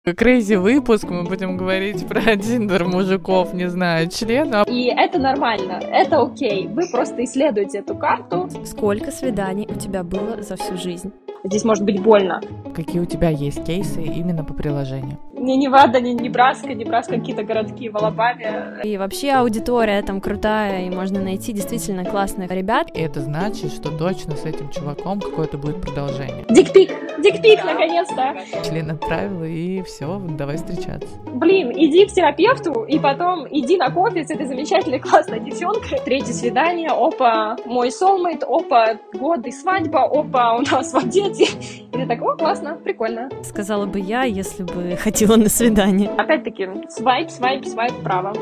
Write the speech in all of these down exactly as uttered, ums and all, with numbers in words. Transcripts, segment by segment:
Крейзи выпуск, мы будем говорить про Тиндер мужиков, не знаю, членов. И это нормально, это окей. Вы просто исследуете эту карту. Сколько свиданий у тебя было за всю жизнь? Здесь может быть больно. Какие у тебя есть кейсы именно по приложению? Не Невада, не Небраска, Небраска, какие-то городки в Алабаме. И вообще аудитория там крутая, и можно найти действительно классных ребят. И это значит, что точно с этим чуваком какое-то будет продолжение. Дикпик, дикпик, наконец-то. Член отправила, и все, давай встречаться. Блин, иди к терапевту, и потом иди на кофе с этой замечательной классной девчонкой. Третье свидание, опа, мой soulmate, опа, год и свадьба, опа, у нас вот дети. И ты так, о, классно, прикольно. Сказала бы я, если бы хотела на свидание. Опять-таки, свайп, свайп, свайп вправо.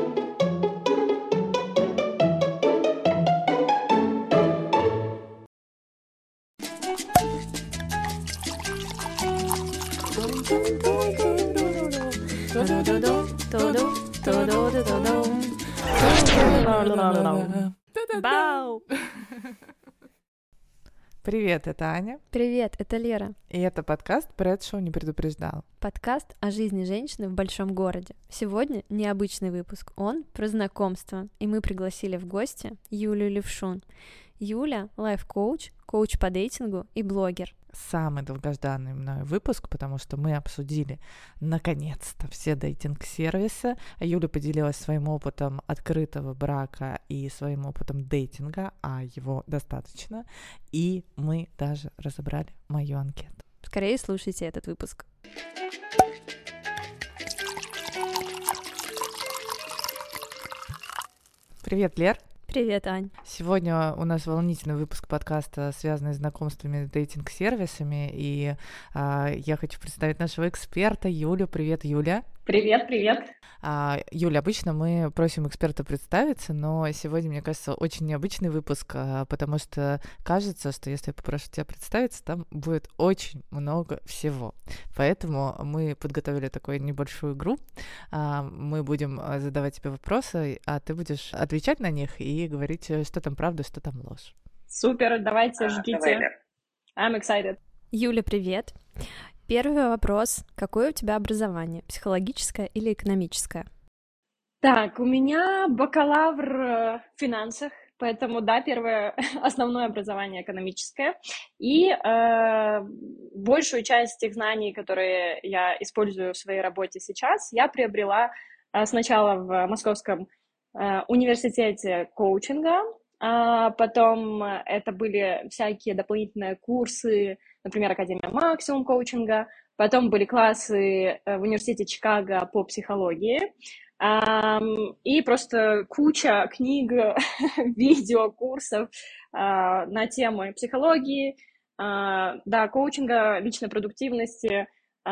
Бау! Привет, это Аня. Привет, это Лера. И это подкаст «Брэдшоу не предупреждал». Подкаст о жизни женщины в большом городе. Сегодня необычный выпуск, он про знакомство. И мы пригласили в гости Юлию Левшун. Юля — лайф-коуч, коуч по дейтингу и блогер. Самый долгожданный мной выпуск, потому что мы обсудили наконец-то все дейтинг-сервисы. Юля поделилась своим опытом открытого брака и своим опытом дейтинга, а его достаточно. И мы даже разобрали мою анкету. Скорее слушайте этот выпуск. Привет, Лер. Привет, Ань. Сегодня у нас волнительный выпуск подкаста, связанный с знакомствами с дейтинг-сервисами, и а, я хочу представить нашего эксперта Юлю. Привет, Юля. Привет, привет. А, Юля, обычно мы просим эксперта представиться, но сегодня, мне кажется, очень необычный выпуск, а, потому что кажется, что если я попрошу тебя представиться, там будет очень много всего. Поэтому мы подготовили такую небольшую игру. А, мы будем задавать тебе вопросы, а ты будешь отвечать на них и говорить, что там правда, что там ложь. Супер, давайте, А, ждите. давай, Лер. I'm excited. Юля, привет. Первый вопрос. Какое у тебя образование? Психологическое или экономическое? Так, у меня бакалавр в финансах, поэтому, да, первое основное образование экономическое. И э, большую часть тех знаний, которые я использую в своей работе сейчас, я приобрела э, сначала в Московском э, университете коучинга, а потом это были всякие дополнительные курсы, например, Академия Максимум коучинга, потом были классы в университете Чикаго по психологии, и просто куча книг, видео, курсов на темы психологии, да, коучинга, личной продуктивности,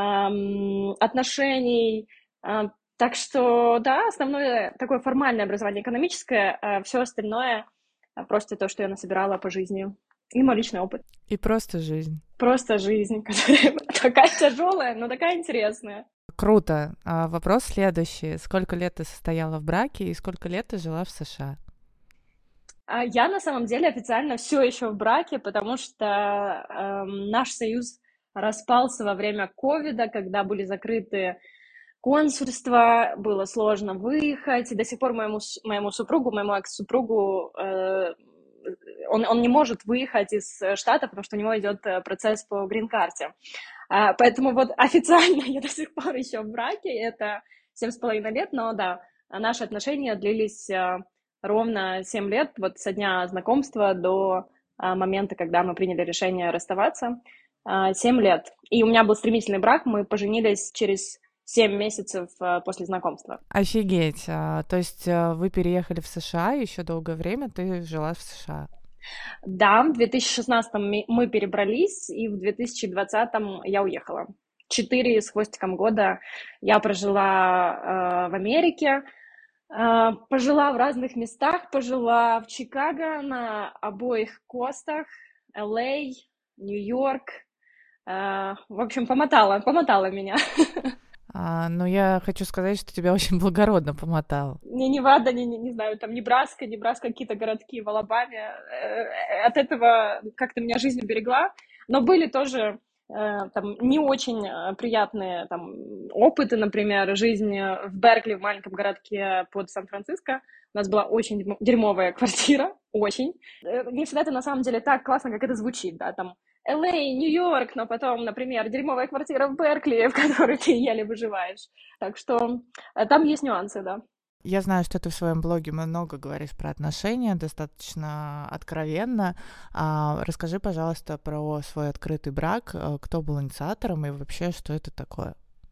отношений. Так что, да, основное такое формальное образование экономическое, а все остальное просто то, что я насобирала по жизни. И мой личный опыт. И просто жизнь. Просто жизнь, которая такая тяжелая, но такая интересная. Круто. А вопрос следующий. Сколько лет ты состояла в браке и сколько лет ты жила в США? Я на самом деле официально все еще в браке, потому что э, наш союз распался во время ковида, когда были закрыты консульства, было сложно выехать, и до сих пор моему, моему супругу, моему экс-супругу, э, он, он не может выехать из штата, потому что у него идет процесс по грин-карте. А, поэтому вот официально я до сих пор еще в браке, это семь с половиной лет, но да, наши отношения длились а, ровно семь лет, вот со дня знакомства до а, момента, когда мы приняли решение расставаться, а, семь лет. И у меня был стремительный брак, мы поженились через семь месяцев а, после знакомства. Офигеть. А, то есть вы переехали в США, и еще долгое время ты жила в США? Да, в две тысячи шестнадцатом мы перебрались, и в две тысячи двадцатом я уехала. Четыре с хвостиком года я прожила э, в Америке, э, пожила в разных местах, пожила в Чикаго на обоих костах, Эл Эй, Нью-Йорк. Э, в общем, помотала, помотала меня. А, но я хочу сказать, что тебя очень благородно помотал. Не Невада, не, не, не знаю, там Небраска, Небраска, какие-то городки в Алабаме. От этого как-то меня жизнь уберегла. Но были тоже э, там не очень э, приятные там опыты, например, жизнь в Беркли, в маленьком городке под Сан-Франциско. У нас была очень дерьмо- дерьмовая квартира, очень. Э, Не всегда это на самом деле так классно, как это звучит, да, там Л А, Нью-Йорк, но потом, например, дерьмовая квартира в Беркли, в которой ты еле выживаешь. Так что э, там есть нюансы, да. Я знаю, что ты в своем блоге много говоришь про отношения, достаточно откровенно. А, расскажи, пожалуйста, про свой открытый брак, э, кто был инициатором и вообще, что это такое?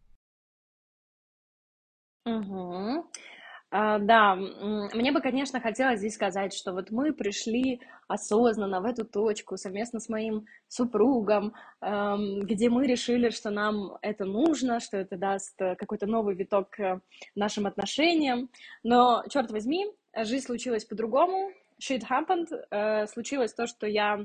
Мгм. А, да, м, мне бы, конечно, хотелось здесь сказать, что вот мы пришли осознанно в эту точку совместно с моим супругом, эм, где мы решили, что нам это нужно, что это даст э, какой-то новый виток э, нашим отношениям. Но, черт возьми, жизнь случилась по-другому. Shit happened. Э, случилось то, что я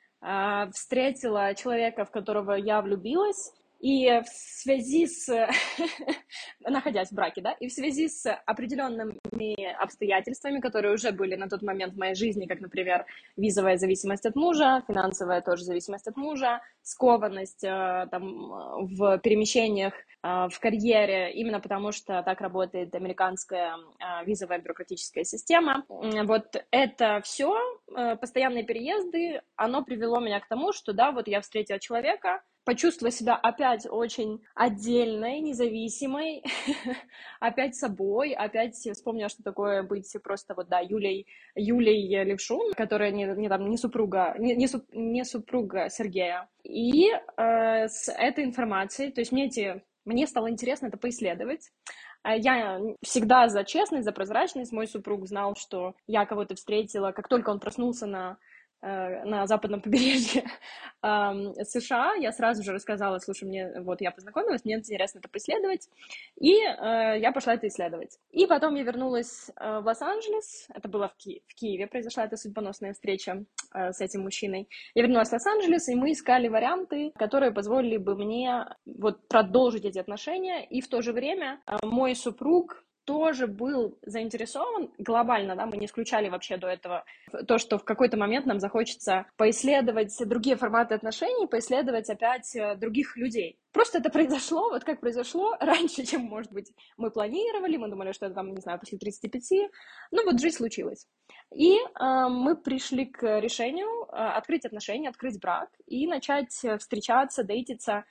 а, встретила человека, в которого я влюбилась, и в связи с, находясь в браке, да, и в связи с определенными обстоятельствами, которые уже были на тот момент в моей жизни, как, например, визовая зависимость от мужа, финансовая тоже зависимость от мужа, скованность э, там, э, в перемещениях, э, в карьере, именно потому что так работает американская э, визовая бюрократическая система. М, Вот это все, постоянные переезды, оно привело меня к тому, что, да, вот я встретила человека, почувствовала себя опять очень отдельной, независимой, опять собой, опять вспомнила, что такое быть просто вот, да, Юлей, Юлей Левшун, которая не, не, там, не супруга, не, не, суп- не супруга Сергея. И э, с этой информацией, то есть мне эти, мне стало интересно это поисследовать. Э, Я всегда за честность, за прозрачность. Мой супруг знал, что я кого-то встретила, как только он проснулся на э, на западном побережье эм, США, я сразу же рассказала, слушай, мне вот я познакомилась, мне интересно это поисследовать, и э, я пошла это исследовать. И потом я вернулась э, в Лос-Анджелес, это было в, Ки- в Киеве, произошла эта судьбоносная встреча э, с этим мужчиной. Я вернулась в Лос-Анджелес, и мы искали варианты, которые позволили бы мне вот продолжить эти отношения, и в то же время э, мой супруг тоже был заинтересован глобально, да, мы не исключали вообще до этого то, что в какой-то момент нам захочется поисследовать другие форматы отношений, поисследовать опять э, других людей. Просто это произошло, вот как произошло, раньше, чем, может быть, мы планировали, мы думали, что это там, не знаю, после тридцати пяти, ну вот жизнь случилась. И э, мы пришли к решению э, открыть отношения, открыть брак и начать э, встречаться, дейтиться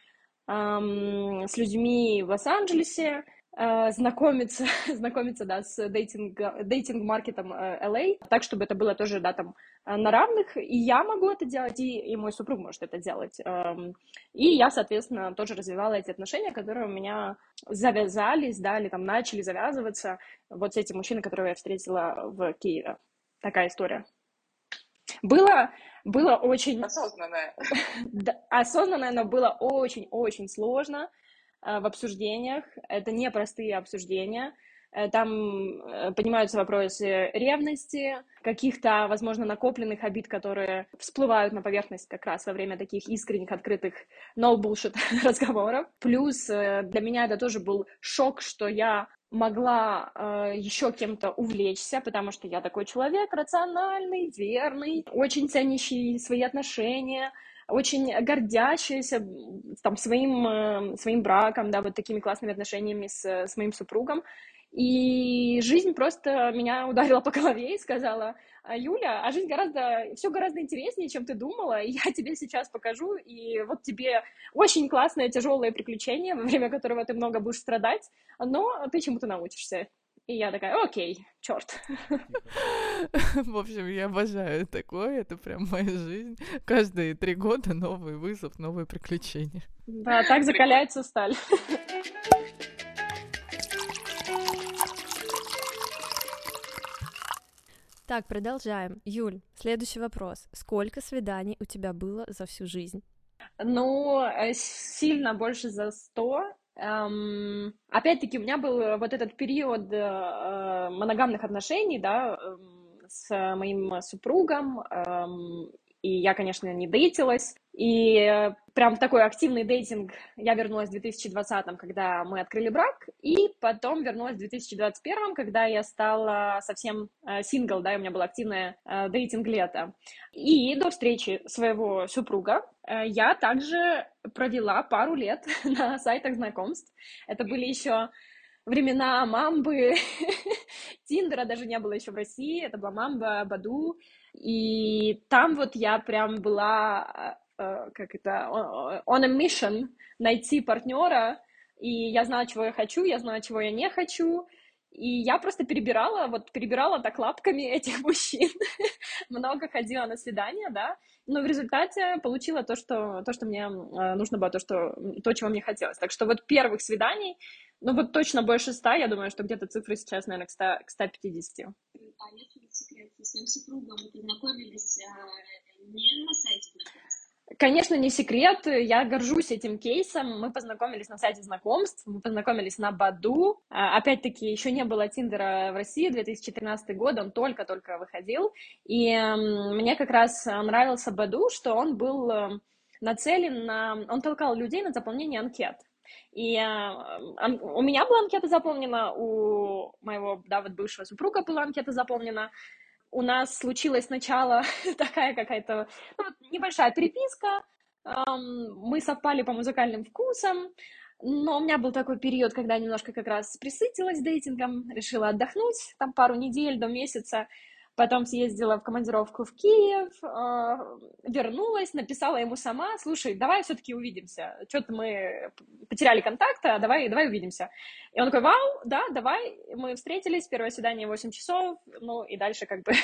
эм, с людьми в Лос-Анджелесе, э, знакомиться, знакомиться, да, с дейтинг, дейтинг-маркетом э, Л А, так, чтобы это было тоже, да, там, э, на равных, и я могу это делать, и, и мой супруг может это делать. Эм, и я, соответственно, тоже развивала эти отношения, которые у меня завязались, да, или там начали завязываться вот с этим мужчиной, которого я встретила в Киеве. Такая история. Было, было очень Осознанное. да, осознанное, но было очень-очень сложно э, в обсуждениях. Это непростые обсуждения. Э, Там э, поднимаются вопросы ревности, каких-то, возможно, накопленных обид, которые всплывают на поверхность как раз во время таких искренних, открытых no bullshit разговоров. Плюс э, для меня это тоже был шок, что я могла э, еще кем-то увлечься, потому что я такой человек рациональный, верный, очень ценящий свои отношения, очень гордящийся м, там своим, э, своим браком, да, вот такими классными отношениями с, с моим супругом. И жизнь просто меня ударила по голове и сказала: «А, Юля, а жизнь гораздо, все гораздо интереснее, чем ты думала, и я тебе сейчас покажу, и вот тебе очень классное тяжелое приключение, во время которого ты много будешь страдать, но ты чему-то научишься». И я такая: окей, черт. В общем, я обожаю такое, это прям моя жизнь. Каждые три года новый вызов, новые приключения. Да, так закаляется сталь. Так, продолжаем. Юль, следующий вопрос. Сколько свиданий у тебя было за всю жизнь? Ну, э, сильно больше за сто. Эм, опять-таки, у меня был вот этот период э, моногамных отношений, да, эм, с моим супругом, эм, и я, конечно, не дейтилась, И э, прям в такой активный дейтинг я вернулась в две тысячи двадцатом, когда мы открыли брак, и потом вернулась в две тысячи двадцать первом, когда я стала совсем э, сингл, да, и у меня было активное э, дейтинг-лето. И до встречи своего супруга э, я также провела пару лет на сайтах знакомств. Это были еще времена Мамбы, Тиндера даже не было еще в России, это была Мамба, Баду, и там вот я прям была, э, как это, on a mission, найти партнера, и я знала, чего я хочу, я знала, чего я не хочу, и я просто перебирала, вот перебирала так лапками этих мужчин, много ходила на свидания, да, но в результате получила то, что, то, что мне э, нужно было, то, что, то, чего мне хотелось. Так что вот первых свиданий, ну вот точно больше ста, я думаю, что где-то цифры сейчас, наверное, к ста, к ста пятидесяти. А если не секрет, со своим супругом вы познакомились а, не на сайте знакомств? Конечно, не секрет, я горжусь этим кейсом. Мы познакомились на сайте знакомств, мы познакомились на Баду. Опять-таки, еще не было Тиндера в России, две тысячи тринадцатый год, он только-только выходил. И мне как раз нравился Баду, что он был нацелен на... Он толкал людей на заполнение анкет. И у меня была анкета заполнена, у моего, да, вот бывшего супруга была анкета заполнена. У нас случилась сначала такая какая-то ну, небольшая переписка, эм, мы совпали по музыкальным вкусам, но у меня был такой период, когда я немножко как раз присытилась дейтингом, решила отдохнуть там пару недель до месяца, потом съездила в командировку в Киев, э, вернулась, написала ему сама: слушай, давай все-таки увидимся, что-то мы потеряли контакта, давай, давай увидимся. И он такой: вау, да, давай. Мы встретились, первое свидание восемь часов, ну и дальше как бы...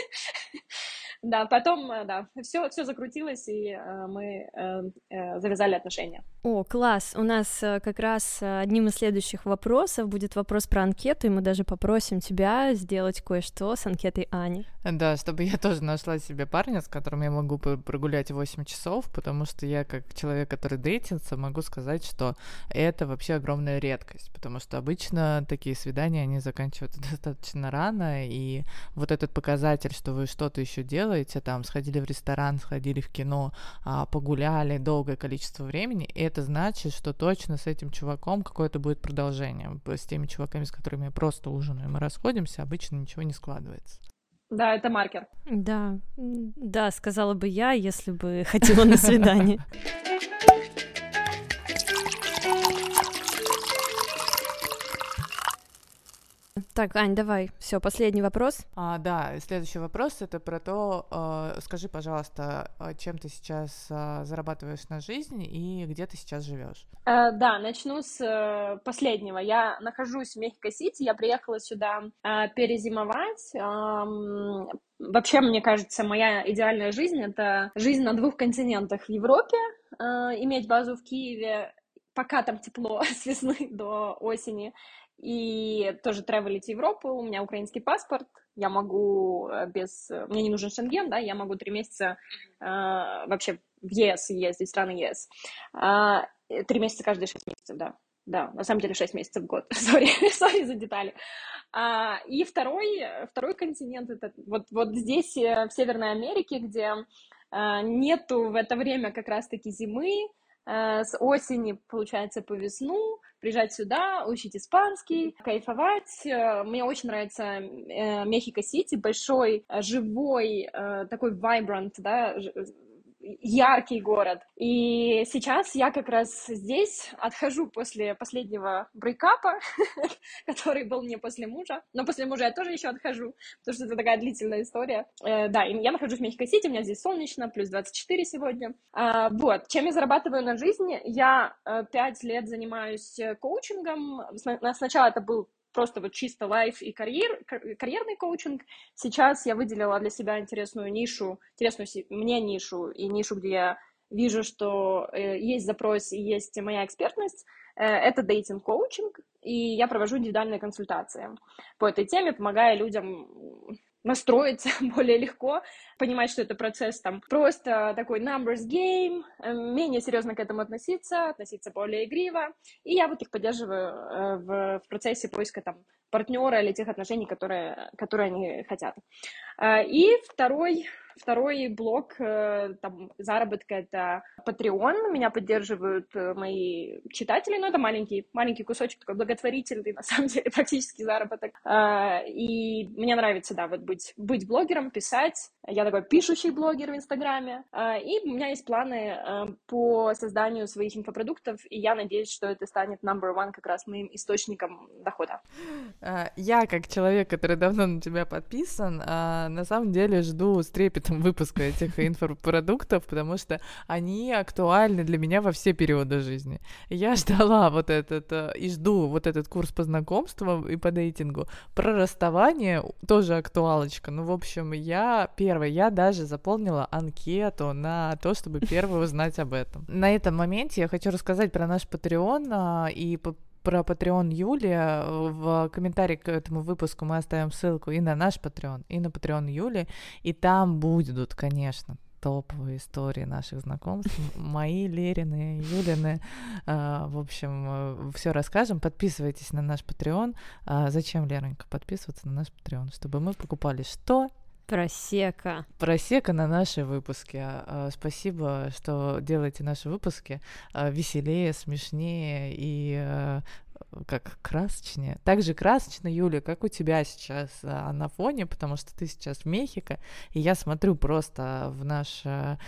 Да, потом, да, все, все закрутилось, и э, мы э, э, завязали отношения. О, класс! У нас э, как раз э, одним из следующих вопросов будет вопрос про анкету, и мы даже попросим тебя сделать кое-что с анкетой Ани. Да, чтобы я тоже нашла себе парня, с которым я могу прогулять восемь часов, потому что я, как человек, который дейтится, могу сказать, что это вообще огромная редкость, потому что обычно такие свидания, они заканчиваются достаточно рано, и вот этот показатель, что вы что-то еще делаете, там, сходили в ресторан, сходили в кино, погуляли долгое количество времени, это значит, что точно с этим чуваком какое-то будет продолжение. С теми чуваками, с которыми я просто ужинаю, мы расходимся, обычно ничего не складывается. Да, это маркер. Да, да, сказала бы я, если бы хотела на свидание. Так, Ань, давай, все, последний вопрос. А, да, следующий вопрос — это про то, э, скажи, пожалуйста, чем ты сейчас э, зарабатываешь на жизнь и где ты сейчас живешь? Э, да, начну с э, последнего. Я нахожусь в Мехико-Сити, я приехала сюда э, перезимовать. Эм, вообще, мне кажется, моя идеальная жизнь — это жизнь на двух континентах в Европе, э, иметь базу в Киеве, пока там тепло с весны до осени, и тоже тревелить в Европу. У меня украинский паспорт, я могу без... Мне не нужен Шенген, да, я могу три месяца э, вообще в ЕС ездить, страны ЕС. А, три месяца каждые шесть месяцев, да. Да, на самом деле шесть месяцев в год. Сори, сори за детали. А, и второй, второй континент, это вот, вот здесь, в Северной Америке, где а, нету в это время как раз-таки зимы, с осени, получается, по весну, приезжать сюда, учить испанский, кайфовать. Мне очень нравится Мехико-Сити, большой, живой, такой vibrant, да, яркий город. И сейчас я как раз здесь отхожу после последнего брейкапа, который был мне после мужа. Но после мужа я тоже еще отхожу, потому что это такая длительная история. Э, да, и я нахожусь в Мехико-Сити, у меня здесь солнечно, плюс двадцать четыре сегодня. А, вот, чем я зарабатываю на жизнь? Я пять лет занимаюсь коучингом. Сначала это был просто вот чисто лайф и карьер, карьерный коучинг. Сейчас я выделила для себя интересную нишу, интересную мне нишу, и нишу, где я вижу, что э, есть запрос и есть моя экспертность. Э, это дейтинг-коучинг, и я провожу индивидуальные консультации по этой теме, помогая людям настроиться более легко, понимать, что это процесс там просто такой numbers game, менее серьезно к этому относиться, относиться более игриво. И я вот их поддерживаю в, в процессе поиска там партнера или тех отношений, которые, которые они хотят. И второй, Второй блок э, там, заработка — это Patreon. Меня поддерживают э, мои читатели, но это маленький, маленький кусочек, такой благотворительный, на самом деле, практически заработок. Э, и мне нравится, да, вот быть, быть блогером, писать. Я такой пишущий блогер в Инстаграме. Э, и у меня есть планы э, по созданию своих инфопродуктов, и я надеюсь, что это станет number one как раз моим источником дохода. Я, как человек, который давно на тебя подписан, на самом деле жду с трепетом выпуска этих инфопродуктов, потому что они актуальны для меня во все периоды жизни. Я ждала вот этот, и жду вот этот курс по знакомствам и по дейтингу. Про расставание тоже актуалочка. Ну, в общем, я первая, я даже заполнила анкету на то, чтобы первой узнать об этом. На этом моменте я хочу рассказать про наш Patreon и по про Patreon Юли. В комментарии к этому выпуску мы оставим ссылку и на наш Patreon, и на Patreon Юли, и там будут, конечно, топовые истории наших знакомств, мои, Лерины, Юлины. В общем, все расскажем. Подписывайтесь на наш Patreon. Зачем, Леронька, подписываться на наш Patreon? Чтобы мы покупали что? Просека. Просека на наши выпуски. Спасибо, что делаете наши выпуски веселее, смешнее и как красочнее. Так же красочно, Юля, как у тебя сейчас на фоне, потому что ты сейчас в Мехико, и я смотрю просто в наш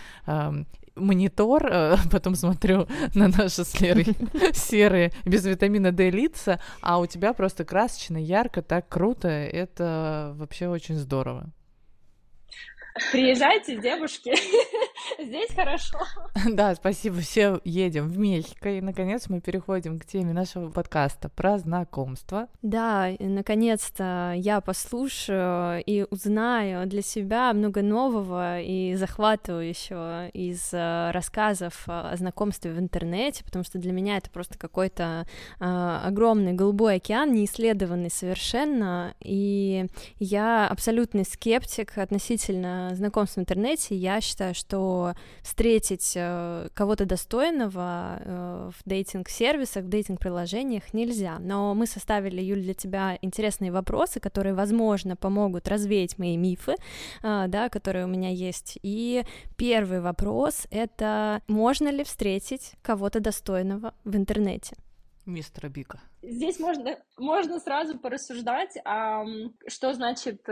монитор, потом смотрю на наши с Лерой серые без витамина D лица, а у тебя просто красочно, ярко, так круто. Это вообще очень здорово. Приезжайте, девушки, здесь хорошо. Да, спасибо, все едем в Мехико, и, наконец, мы переходим к теме нашего подкаста про знакомство. Да, и, наконец-то я послушаю и узнаю для себя много нового и захватывающего из uh, рассказов о знакомстве в интернете, потому что для меня это просто какой-то uh, огромный голубой океан, неисследованный совершенно, и я абсолютный скептик относительно знакомств в интернете. Я считаю, что встретить э, кого-то достойного э, в дейтинг-сервисах, в дейтинг-приложениях нельзя. Но мы составили, Юль, для тебя интересные вопросы, которые, возможно, помогут развеять мои мифы, э, да, которые у меня есть. И первый вопрос — это: можно ли встретить кого-то достойного в интернете? Мистера Бика. Здесь можно, можно сразу порассуждать, а, что значит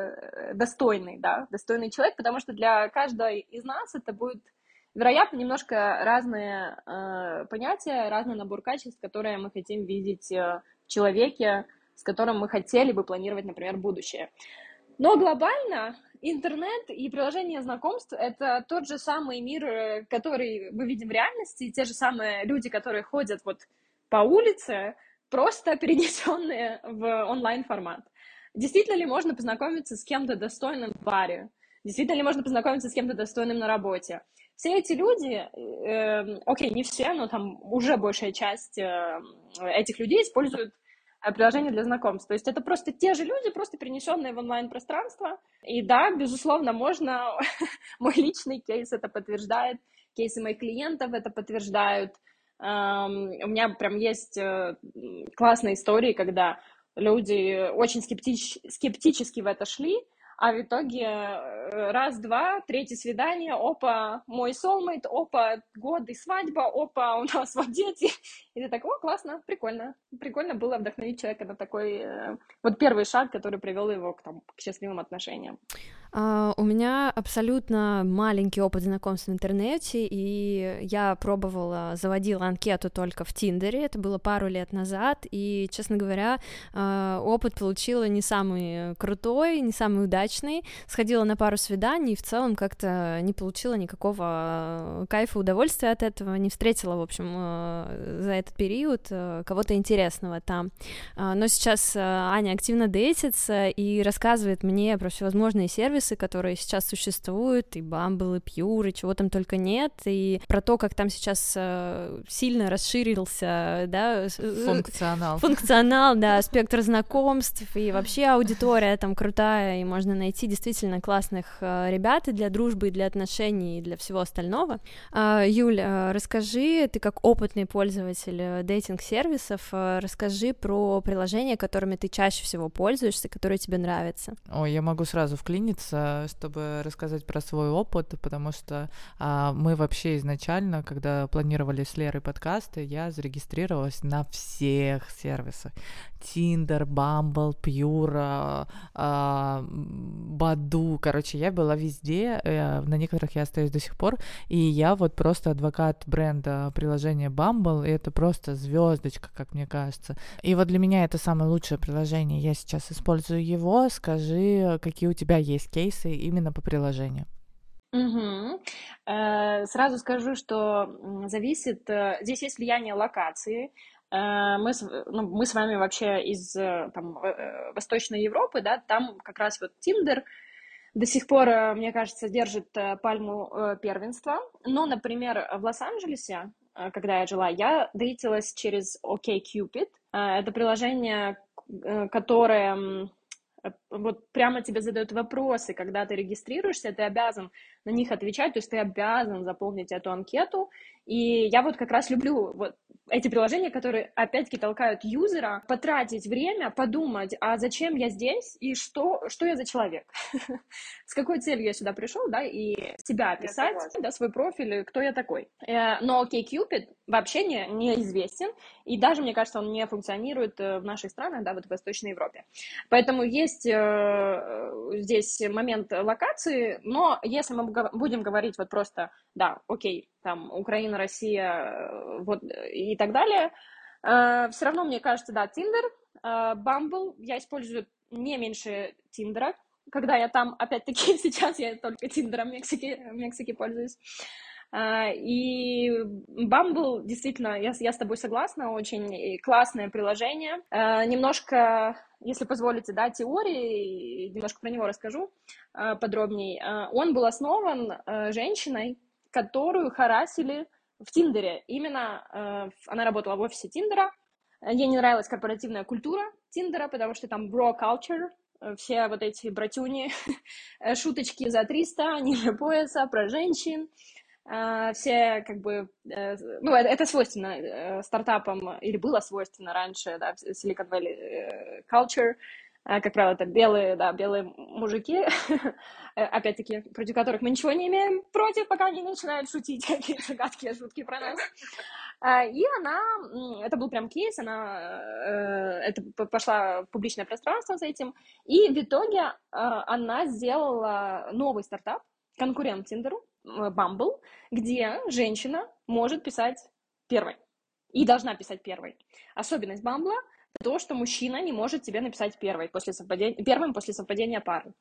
э, достойный, да, достойный человек, потому что для каждого из нас это будет, вероятно, немножко разные э, понятия, разный набор качеств, которые мы хотим видеть в человеке, с которым мы хотели бы планировать, например, будущее. Но глобально интернет и приложение знакомств — это тот же самый мир, который мы видим в реальности, и те же самые люди, которые ходят вот по улице, просто перенесенные в онлайн-формат. Действительно ли можно познакомиться с кем-то достойным в баре? Действительно ли можно познакомиться с кем-то достойным на работе? Все эти люди, э, окей, не все, но там уже большая часть э, этих людей используют приложение для знакомств. То есть это просто те же люди, просто перенесенные в онлайн-пространство. И да, безусловно, можно, мой личный кейс это подтверждает, кейсы моих клиентов это подтверждают. Um, у меня прям есть uh, классные истории, когда люди очень скептич- скептически в это шли, а в итоге раз-два, третье свидание, опа, мой soulmate, опа, год и свадьба, опа, у нас вот дети. И ты так: о, классно, прикольно. Прикольно было вдохновить человека на такой э, вот первый шаг, который привел его к, там, к счастливым отношениям. Uh, у меня абсолютно маленький опыт знакомств в интернете, и я пробовала, заводила анкету только в Тиндере, это было пару лет назад, и, честно говоря, uh, опыт получила не самый крутой, не самый удачный, сходила на пару свиданий, и в целом как-то не получила никакого кайфа, удовольствия от этого, не встретила, в общем, uh, за этот период uh, кого-то интересного там. Uh, но сейчас uh, Аня активно дейтится и рассказывает мне про всевозможные сервисы, которые сейчас существуют, и Bumble, и Pure, и чего там только нет, и про то, как там сейчас э, сильно расширился, да, функционал. Функционал, да, спектр знакомств, и вообще аудитория там крутая, и можно найти действительно классных э, ребят и для дружбы, и для отношений, и для всего остального. Э, Юль, э, расскажи, ты как опытный пользователь дейтинг-сервисов, э, расскажи про приложения, которыми ты чаще всего пользуешься, которые тебе нравятся. Ой, я могу сразу вклиниться. высказаться, чтобы рассказать про свой опыт, потому что а, мы вообще изначально, когда планировали с Лерой подкасты, я зарегистрировалась на всех сервисах. Tinder, Bumble, Pure, а, Badoo, короче, я была везде, на некоторых я остаюсь до сих пор, и я вот просто адвокат бренда приложения Bumble, и это просто звездочка, как мне кажется. И вот для меня это самое лучшее приложение, я сейчас использую его. Скажи, какие у тебя есть кейсы именно по приложению? Угу. Сразу скажу, что зависит, здесь есть влияние локации. Мы с, ну, мы с вами вообще из там, Восточной Европы, да, там как раз вот Tinder до сих пор, мне кажется, держит пальму первенства. Но, например, в Лос-Анджелесе, когда я жила, я дейтилась через OkCupid. Это приложение, которое вот прямо тебе задают вопросы, когда ты регистрируешься, ты обязан на них отвечать, то есть ты обязан заполнить эту анкету. И я вот как раз люблю вот эти приложения, которые опять-таки толкают юзера потратить время, подумать, а зачем я здесь и что, что я за человек, с какой целью я сюда пришел, да, и себя описать, да, свой профиль, кто я такой. Но OkCupid вообще не, неизвестен, и даже, мне кажется, он не функционирует в наших странах, да, вот в Восточной Европе. Поэтому есть здесь момент локации, но если мы будем говорить вот просто, да, окей, там, Украина, Россия, вот, и так далее, э, все равно, мне кажется, да, Tinder, э, Bumble я использую не меньше Тиндера, когда я там, опять-таки, сейчас я только Тиндером в Мексике, в Мексике пользуюсь. Uh, и Bumble, действительно, я, я с тобой согласна, очень классное приложение. Uh, немножко, если позволите, да, теории, немножко про него расскажу uh, подробнее. Uh, он был основан uh, женщиной, которую харасили в Тиндере. Именно uh, она работала в офисе Тиндера. Ей не нравилась корпоративная культура Тиндера, потому что там bro culture, все вот эти братюни, шуточки за триста, ниже пояса, про женщин. Uh, все как бы, uh, ну, это, это свойственно uh, стартапам, или было свойственно раньше, да, Silicon Valley uh, culture, uh, как правило, это белые, да, белые мужики, опять-таки, против которых мы ничего не имеем против, пока они начинают шутить какие-то гадкие шутки про нас. Uh, и она, это был прям кейс, она uh, это пошла в публичное пространство с этим, и в итоге uh, она сделала новый стартап, конкурент Тиндеру, Bumble, где женщина может писать первой и должна писать первой. Особенность Bumble — то, что мужчина не может тебе написать первой после совпадения, первым после совпадения пары.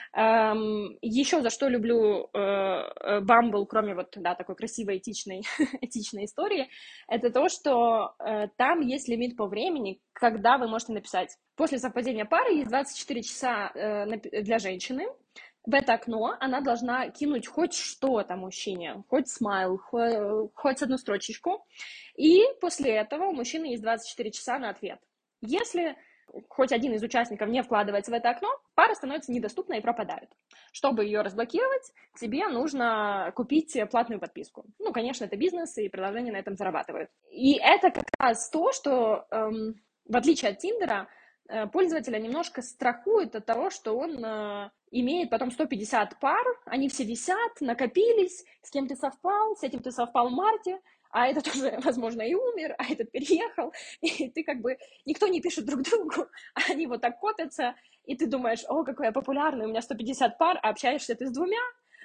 Эм, еще за что люблю э, Bumble, кроме вот, да, такой красивой этичной, этичной истории, это то, что э, там есть лимит по времени, когда вы можете написать. После совпадения пары есть двадцать четыре часа э, для женщины. В это окно она должна кинуть хоть что-то мужчине, хоть смайл, хоть, хоть одну строчечку. И после этого у мужчины есть двадцать четыре часа на ответ. Если хоть один из участников не вкладывается в это окно, пара становится недоступна и пропадает. Чтобы ее разблокировать, тебе нужно купить платную подписку. Ну, конечно, это бизнес, и приложения на этом зарабатывают. И это как раз то, что, эм, в отличие от Тиндера, пользователя немножко страхует от того, что он э, имеет потом сто пятьдесят пар, они все висят, накопились, с кем ты совпал, с этим ты совпал в марте, а этот уже, возможно, и умер, а этот переехал, и ты как бы, никто не пишет друг другу, а они вот так копятся, и ты думаешь, о, какой я популярный, у меня сто пятьдесят пар, а общаешься ты с двумя,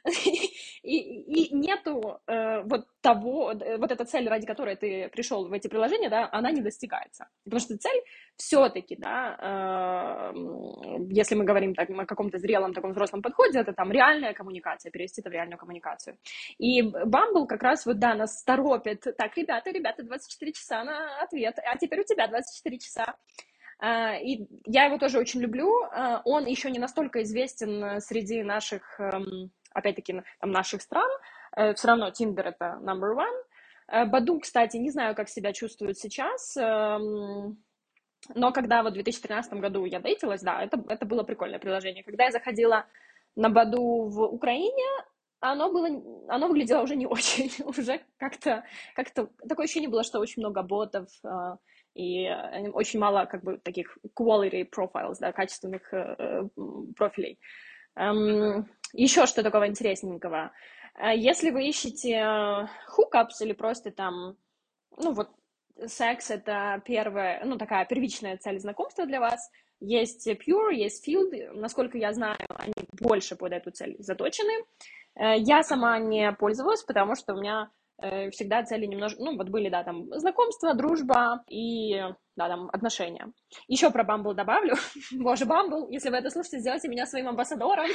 и, и нету э, вот того, вот эта цель, ради которой ты пришел в эти приложения, да, она не достигается. Потому что цель все-таки, да, э, если мы говорим так, о каком-то зрелом, таком взрослом подходе, это там реальная коммуникация, перевести это в реальную коммуникацию. И Bumble как раз вот, да, нас торопит. Так, ребята, ребята, двадцать четыре часа на ответ, а теперь у тебя двадцать четыре часа. Uh, и я его тоже очень люблю. Uh, он еще не настолько известен среди наших, um, опять-таки, там, наших стран. Uh, все равно Tinder — это number one. Uh, Badoo, кстати, не знаю, как себя чувствует сейчас. Um, но когда вот в две тысячи тринадцатом году я дейтилась, да, это, это было прикольное приложение. Когда я заходила на Badoo в Украине, оно было, оно выглядело уже не очень. Уже как-то, как-то такое ощущение было, что очень много ботов, uh, и очень мало как бы таких quality profiles, да, качественных э, профилей. Эм, еще что такого интересненького? Э, Если вы ищете хукапс или просто там, ну вот, секс — это первая, ну, такая первичная цель знакомства для вас. Есть Pure, есть Field. Насколько я знаю, они больше под эту цель заточены. Э, Я сама не пользовалась, потому что у меня э, всегда цели немножко, ну, вот были, да, там, знакомства, дружба и, да, там, отношения. Еще про Bumble добавлю. Боже, Bumble, если вы это слушаете, сделайте меня своим амбассадором.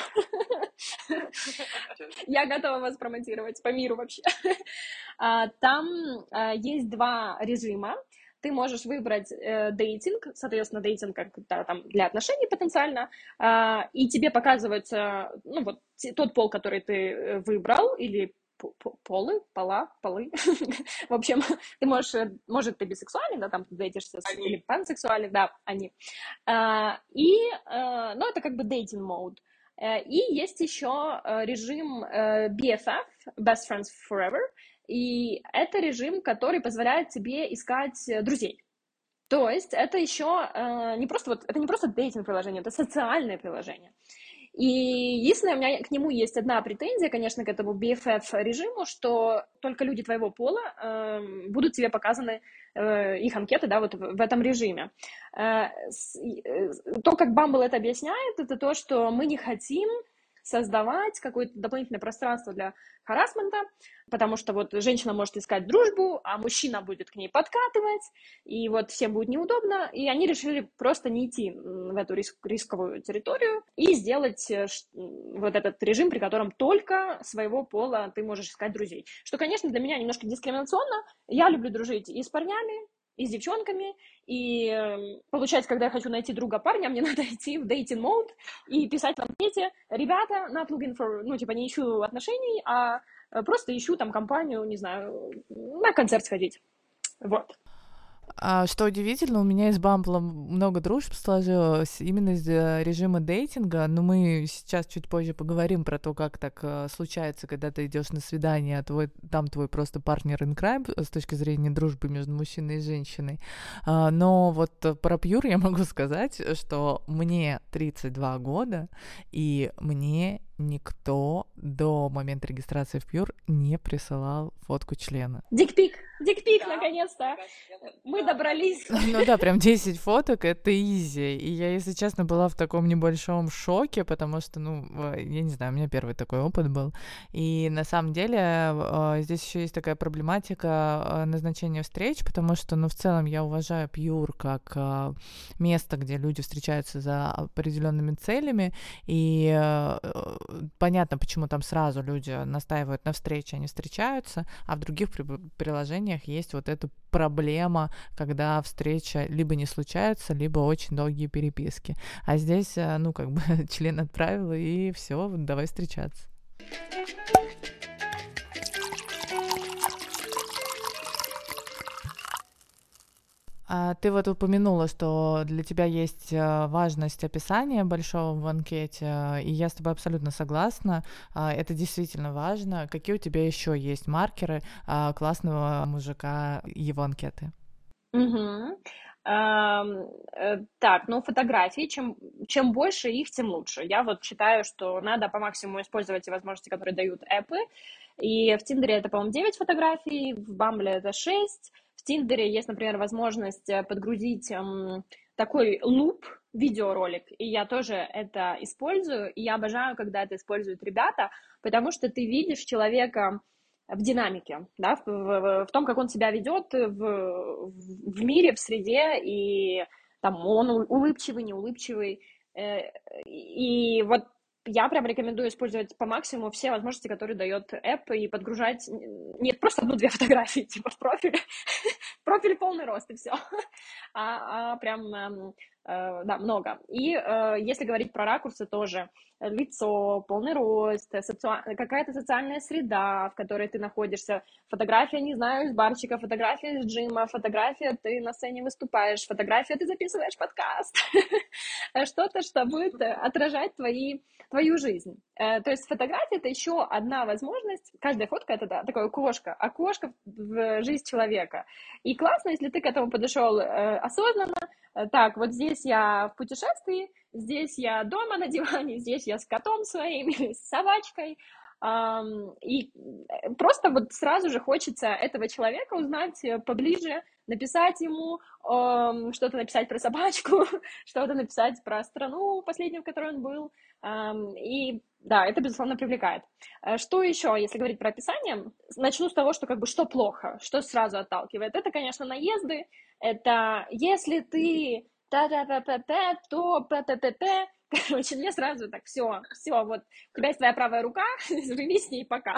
Я готова вас промотировать по миру вообще. А, Там а, есть два режима. Ты можешь выбрать э, дейтинг, соответственно, дейтинг как да, там, для отношений потенциально, а, и тебе показывается, ну, вот те- тот пол, который ты э, выбрал, или по- по- полы, пола, полы. В общем, ты можешь, э, может, ты бисексуальный, да, там ты дейтишься с, или пансексуальный, да, они. А, И, э, ну, это как бы дейтинг мод. Э, И есть еще э, режим э, би эф эф, Best Friends Forever, и это режим, который позволяет тебе искать э, друзей. То есть это еще э, не просто вот это не просто дейтинг-приложение, это социальное приложение. И единственное, у меня к нему есть одна претензия, конечно, к этому би эф эф-режиму, что только люди твоего пола э, будут тебе показаны, э, их анкеты, да, вот в, в этом режиме. Э, с- э, то, как Bumble это объясняет, это то, что мы не хотим создавать какое-то дополнительное пространство для харассмента, потому что вот женщина может искать дружбу, а мужчина будет к ней подкатывать, и вот всем будет неудобно, и они решили просто не идти в эту риск, рисковую территорию и сделать э, ш- вот этот режим, при котором только своего пола ты можешь искать друзей. Что, конечно, для меня немножко дискриминационно. Я люблю дружить и с парнями, и с девчонками, и э, получается, когда я хочу найти друга парня, мне надо идти в dating mode и писать в анкете: ребята, not looking for, ну, типа, не ищу отношений, а э, просто ищу там компанию, не знаю, на концерт сходить. Вот. А, что удивительно, у меня из Бамбла много дружб сложилось именно из э, режима дейтинга, но мы сейчас чуть позже поговорим про то, как так э, случается, когда ты идешь на свидание, а твой, там твой просто партнер in crime с точки зрения дружбы между мужчиной и женщиной. А, но вот э, про Пьюр я могу сказать, что мне тридцать два года, и мне никто до момента регистрации в Пьюр не присылал фотку члена. Дикпик, дикпик, наконец-то. Мы добрались. Ну да, прям десять фоток — это изи. И я, если честно, была в таком небольшом шоке, потому что, ну, э, я не знаю, у меня первый такой опыт был. И на самом деле э, здесь еще есть такая проблематика э, назначения встреч, потому что, ну, в целом я уважаю Пьюр как э, место, где люди встречаются за определенными целями, и э, понятно, почему там сразу люди настаивают на встрече, они встречаются, а в других при- приложениях есть вот эта проблема, когда встреча либо не случается, либо очень долгие переписки. А здесь, э, ну, как бы член отправил, и все, давай встречаться. А ты вот упомянула, что для тебя есть э, важность описания большого в анкете, э, и я с тобой абсолютно согласна. А, Это действительно важно. Какие у тебя еще есть маркеры а, классного мужика и его анкеты? Мгм. Ам, э, Так, ну, фотографии, чем, чем больше их, тем лучше. Я вот считаю, что надо по максимуму использовать те возможности, которые дают эпы. И в Тиндере это, по-моему, девять фотографий, в Бамбле это шесть. В Тиндере есть, например, возможность э, подгрузить м, такой луп, видеоролик, и я тоже это использую, и я обожаю, когда это используют ребята, потому что ты видишь человека в динамике, да, в, в- в том, как он себя ведет в, в мире, в среде, и там он у- улыбчивый, неулыбчивый. Э, И вот я прям рекомендую использовать по максимуму все возможности, которые дает app, и подгружать не просто одну-две фотографии, типа в профиль, профиль полный рост, и все, а, а прям, эм, э, да, много. И э, если говорить про ракурсы тоже, лицо, полный рост, соци- какая-то социальная среда, в которой ты находишься, фотография, не знаю, из барчика, фотография из джима, фотография, ты на сцене выступаешь, фотография, ты записываешь подкаст, что-то, что будет э, отражать твои, твою жизнь. Э, То есть фотография — это еще одна возможность, каждая фотка — это да, такое окошко, окошко в жизнь человека. И классно, если ты к этому подошел э, осознанно, э, так, вот здесь я в путешествии, здесь я дома на диване, здесь я с котом своим или с собачкой. Ам, И э, просто вот сразу же хочется этого человека узнать э, поближе, написать ему, ам, что-то написать про собачку, что-то написать про страну последнюю, в которой он был. Ам, И да, это, безусловно, привлекает. Э, Что еще, если говорить про описание? Начну с того, что как бы что плохо, что сразу отталкивает. Это, конечно, наезды, это если ты та-та-та-та-та, то п-п-п-п. Короче, мне сразу так, все, все, вот, у тебя есть твоя правая рука, живи с ней пока.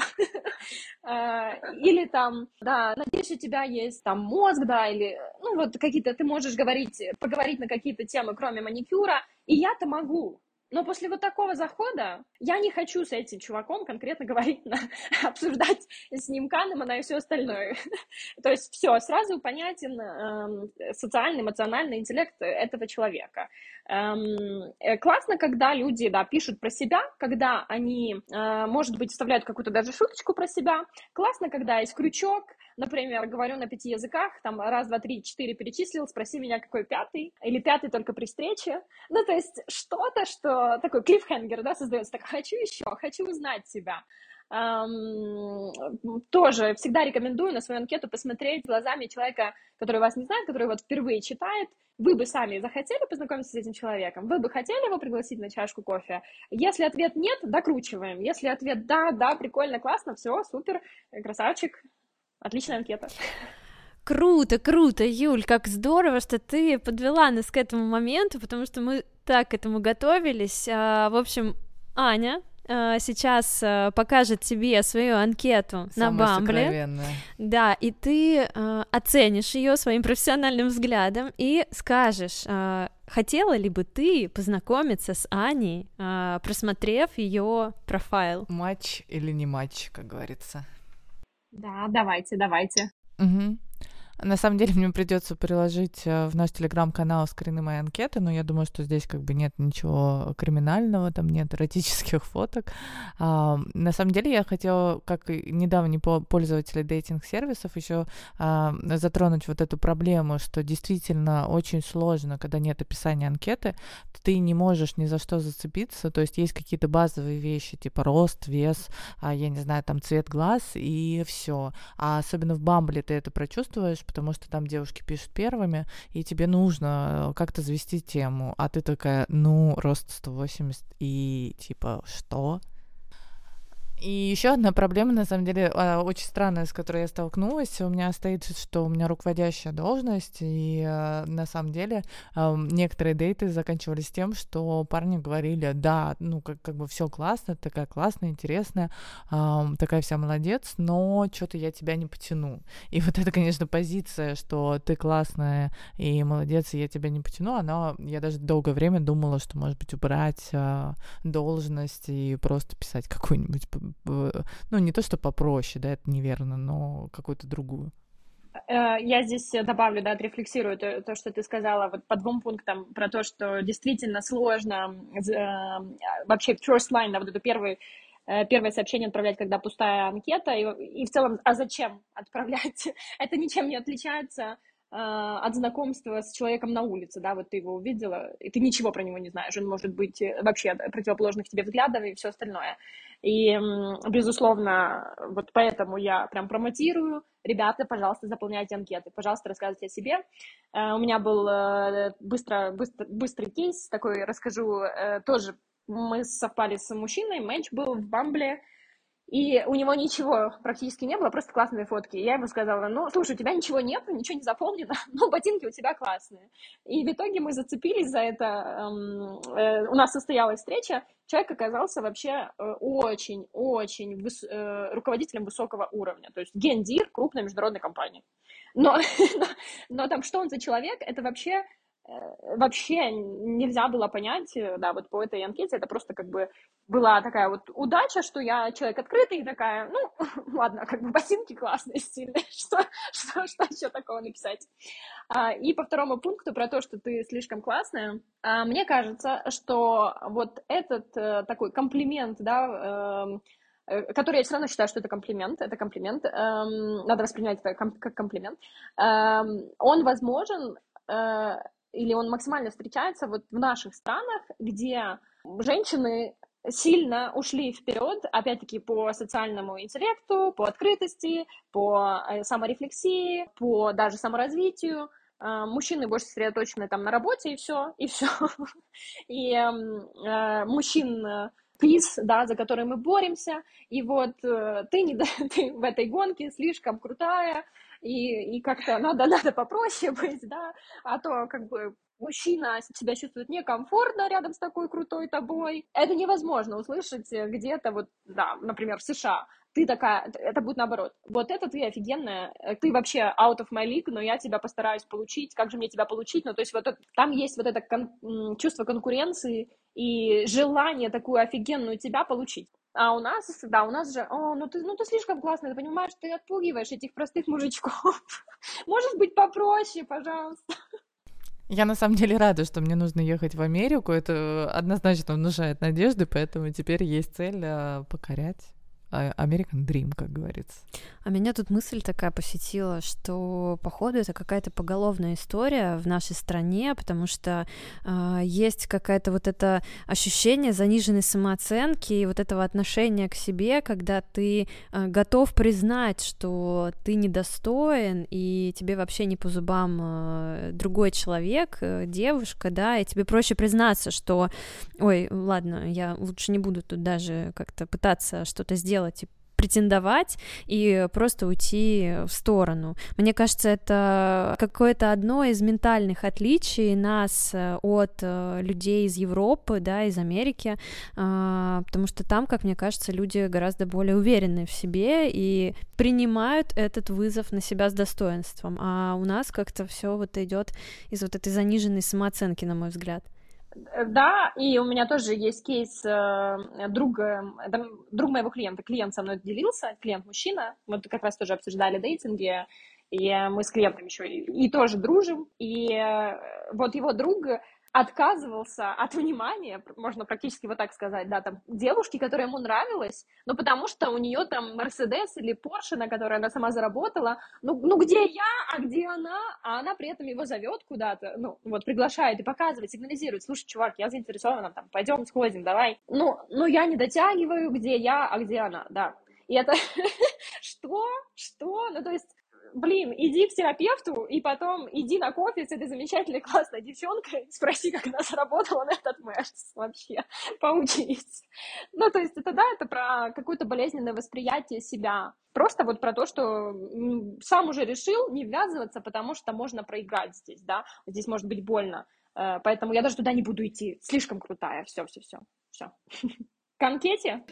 А, Или там, да, надеюсь, у тебя есть там мозг, да, или, ну, вот какие-то, ты можешь говорить, поговорить на какие-то темы, кроме маникюра, и я-то могу. Но после вот такого захода я не хочу с этим чуваком конкретно говорить, на- обсуждать с ним Канемана и все остальное. То есть все, сразу понятен эм, социальный, эмоциональный интеллект этого человека. Эм, э, классно, когда люди, да, пишут про себя, когда они, э, может быть, вставляют какую-то даже шуточку про себя. Классно, когда есть крючок, например, говорю на пяти языках, там раз, два, три, четыре перечислил, спроси меня, какой пятый, или пятый только при встрече. Ну, то есть что-то, что такой клиффхенгер, да, создается, так, хочу еще, хочу узнать себя. Ам, Тоже всегда рекомендую на свою анкету посмотреть глазами человека, который вас не знает, который вот впервые читает. Вы бы сами захотели познакомиться с этим человеком? Вы бы хотели его пригласить на чашку кофе? Если ответ нет, докручиваем. Если ответ да, да, прикольно, классно, все, супер, красавчик, отличная анкета. Круто, круто, Юль, как здорово, что ты подвела нас к этому моменту, потому что мы так к этому готовились. А, В общем, Аня а, сейчас а, покажет тебе свою анкету на Самое Бамбле. сокровенное. Да, и ты а, оценишь ее своим профессиональным взглядом и скажешь, а, хотела ли бы ты познакомиться с Аней, а, просмотрев ее профайл. Матч или не матч, как говорится. Да, давайте, давайте. Мгм. На самом деле мне придется приложить э, в наш телеграм-канал скрины моей анкеты, но я думаю, что здесь как бы нет ничего криминального, там нет эротических фоток. А, на самом деле я хотела, как и недавний по- пользователь дейтинг-сервисов, еще а, затронуть вот эту проблему, что действительно очень сложно, когда нет описания анкеты, ты не можешь ни за что зацепиться, то есть есть какие-то базовые вещи, типа рост, вес, а, я не знаю, там цвет глаз и все. А особенно в Бамбле ты это прочувствуешь, потому что там девушки пишут первыми, и тебе нужно э, как-то завести тему. А ты такая, ну, рост сто восемьдесят, и типа, что? И еще одна проблема, на самом деле, а, очень странная, с которой я столкнулась. У меня стоит, что у меня руководящая должность, и а, на самом деле ам, некоторые дейты заканчивались тем, что парни говорили, да, ну, как, как бы все классно, такая классная, интересная, ам, такая вся молодец, но что-то я тебя не потяну. И вот эта, конечно, позиция, что ты классная и молодец, и я тебя не потяну, она, я даже долгое время думала, что, может быть, убрать а, должность и просто писать какую-нибудь, п- п- ну, не то, что попроще, да, это неверно, но какую-то другую. Э, Я здесь добавлю, да, отрефлексирую то, то, что ты сказала вот по двум пунктам про то, что действительно сложно э, вообще first line, да, вот это первый, э, первое сообщение отправлять, когда пустая анкета, и, и в целом, а зачем отправлять? Это ничем не отличается э, от знакомства с человеком на улице, да, вот ты его увидела, и ты ничего про него не знаешь, он может быть э, вообще противоположных тебе взглядов и все остальное. И, м, безусловно, вот поэтому я прям промотирую. Ребята, пожалуйста, заполняйте анкеты, пожалуйста, рассказывайте о себе. Э, У меня был э, быстро, быстро, быстрый кейс, такой расскажу, э, тоже мы совпали с мужчиной, матч был в Бамбле, и у него ничего практически не было, просто классные фотки. И я ему сказала, ну, слушай, у тебя ничего нет, ничего не заполнено, но ботинки у тебя классные. И в итоге мы зацепились за это. эм, э, У нас состоялась встреча, человек оказался вообще очень-очень руководителем высокого уровня, то есть гендир крупной международной компании. Но, но, но там что он за человек, это вообще э, вообще нельзя было понять, э, да, вот по этой анкете, это просто как бы была такая вот удача, что я человек открытый, и такая, ну, ладно, как бы ботинки классные, стильные, что, что, что еще такого написать? А, И по второму пункту про то, что ты слишком классная, а, мне кажется, что вот этот э, такой комплимент, да, эм, э, который я все равно считаю, что это комплимент, это комплимент, эм, надо воспринимать это ком- как комплимент, эм, он возможен, э, или он максимально встречается вот в наших странах, где женщины сильно ушли вперед, опять-таки, по социальному интеллекту, по открытости, по саморефлексии, по даже саморазвитию. Мужчины больше сосредоточены там на работе, и все, и все. И э, мужчин приз, да, за который мы боремся, и вот э, ты, не, ты в этой гонке слишком крутая, и, и как-то надо, надо попроще быть, да, а то как бы мужчина себя чувствует некомфортно рядом с такой крутой тобой. Это невозможно услышать где-то вот, да, например, в США. Ты такая, это будет наоборот. Вот это ты офигенная, ты вообще out of my league, но я тебя постараюсь получить. Как же мне тебя получить? Ну, то есть вот это, там есть вот это кон- чувство конкуренции и желание такую офигенную тебя получить. А у нас, да, у нас же, о, ну ты, ну ты слишком классная, ты понимаешь, ты отпугиваешь этих простых мужичков. Можешь быть попроще, пожалуйста. Я на самом деле рада, что мне нужно ехать в Америку. Это однозначно внушает надежды, поэтому теперь есть цель а, покорять American Dream, как говорится. А меня тут мысль такая посетила, что, походу, это какая-то поголовная история в нашей стране, потому что э, есть какое-то вот это ощущение заниженной самооценки и вот этого отношения к себе, когда ты э, готов признать, что ты недостоин, и тебе вообще не по зубам э, другой человек, э, девушка, да, и тебе проще признаться, что, ой, ладно, я лучше не буду тут даже как-то пытаться что-то сделать, и претендовать и просто уйти в сторону. Мне кажется, это какое-то одно из ментальных отличий нас от людей из Европы, да, из Америки, потому что там, как мне кажется, люди гораздо более уверены в себе и принимают этот вызов на себя с достоинством, а у нас как-то все вот идет из вот этой заниженной самооценки, на мой взгляд. Да, и у меня тоже есть кейс э, друга, это друг моего клиента, клиент со мной делился, клиент-мужчина, мы как раз тоже обсуждали дейтинги, и мы с клиентом еще и, и тоже дружим, и э, вот его друг отказывался от внимания, можно практически вот так сказать, да, там, девушки, которая ему нравилась, но потому что у нее там Мерседес или Порше, на которой она сама заработала, ну, ну где я, а где она, а она при этом его зовет куда-то, ну, вот, приглашает и показывает, сигнализирует, слушай, чувак, я заинтересована, там, пойдем сходим, давай, ну, ну, я не дотягиваю, где я, а где она, да, и это, что, что, ну, то есть, блин, иди к терапевту, и потом иди на кофе с этой замечательной классной девчонкой, спроси, как она заработала на этот Мерс вообще, поучись. Ну, то есть это, да, это про какое-то болезненное восприятие себя. Просто вот про то, что сам уже решил не ввязываться, потому что можно проиграть здесь, да, здесь может быть больно. Поэтому я даже туда не буду идти, слишком крутая, все, все, все, все. К анкете?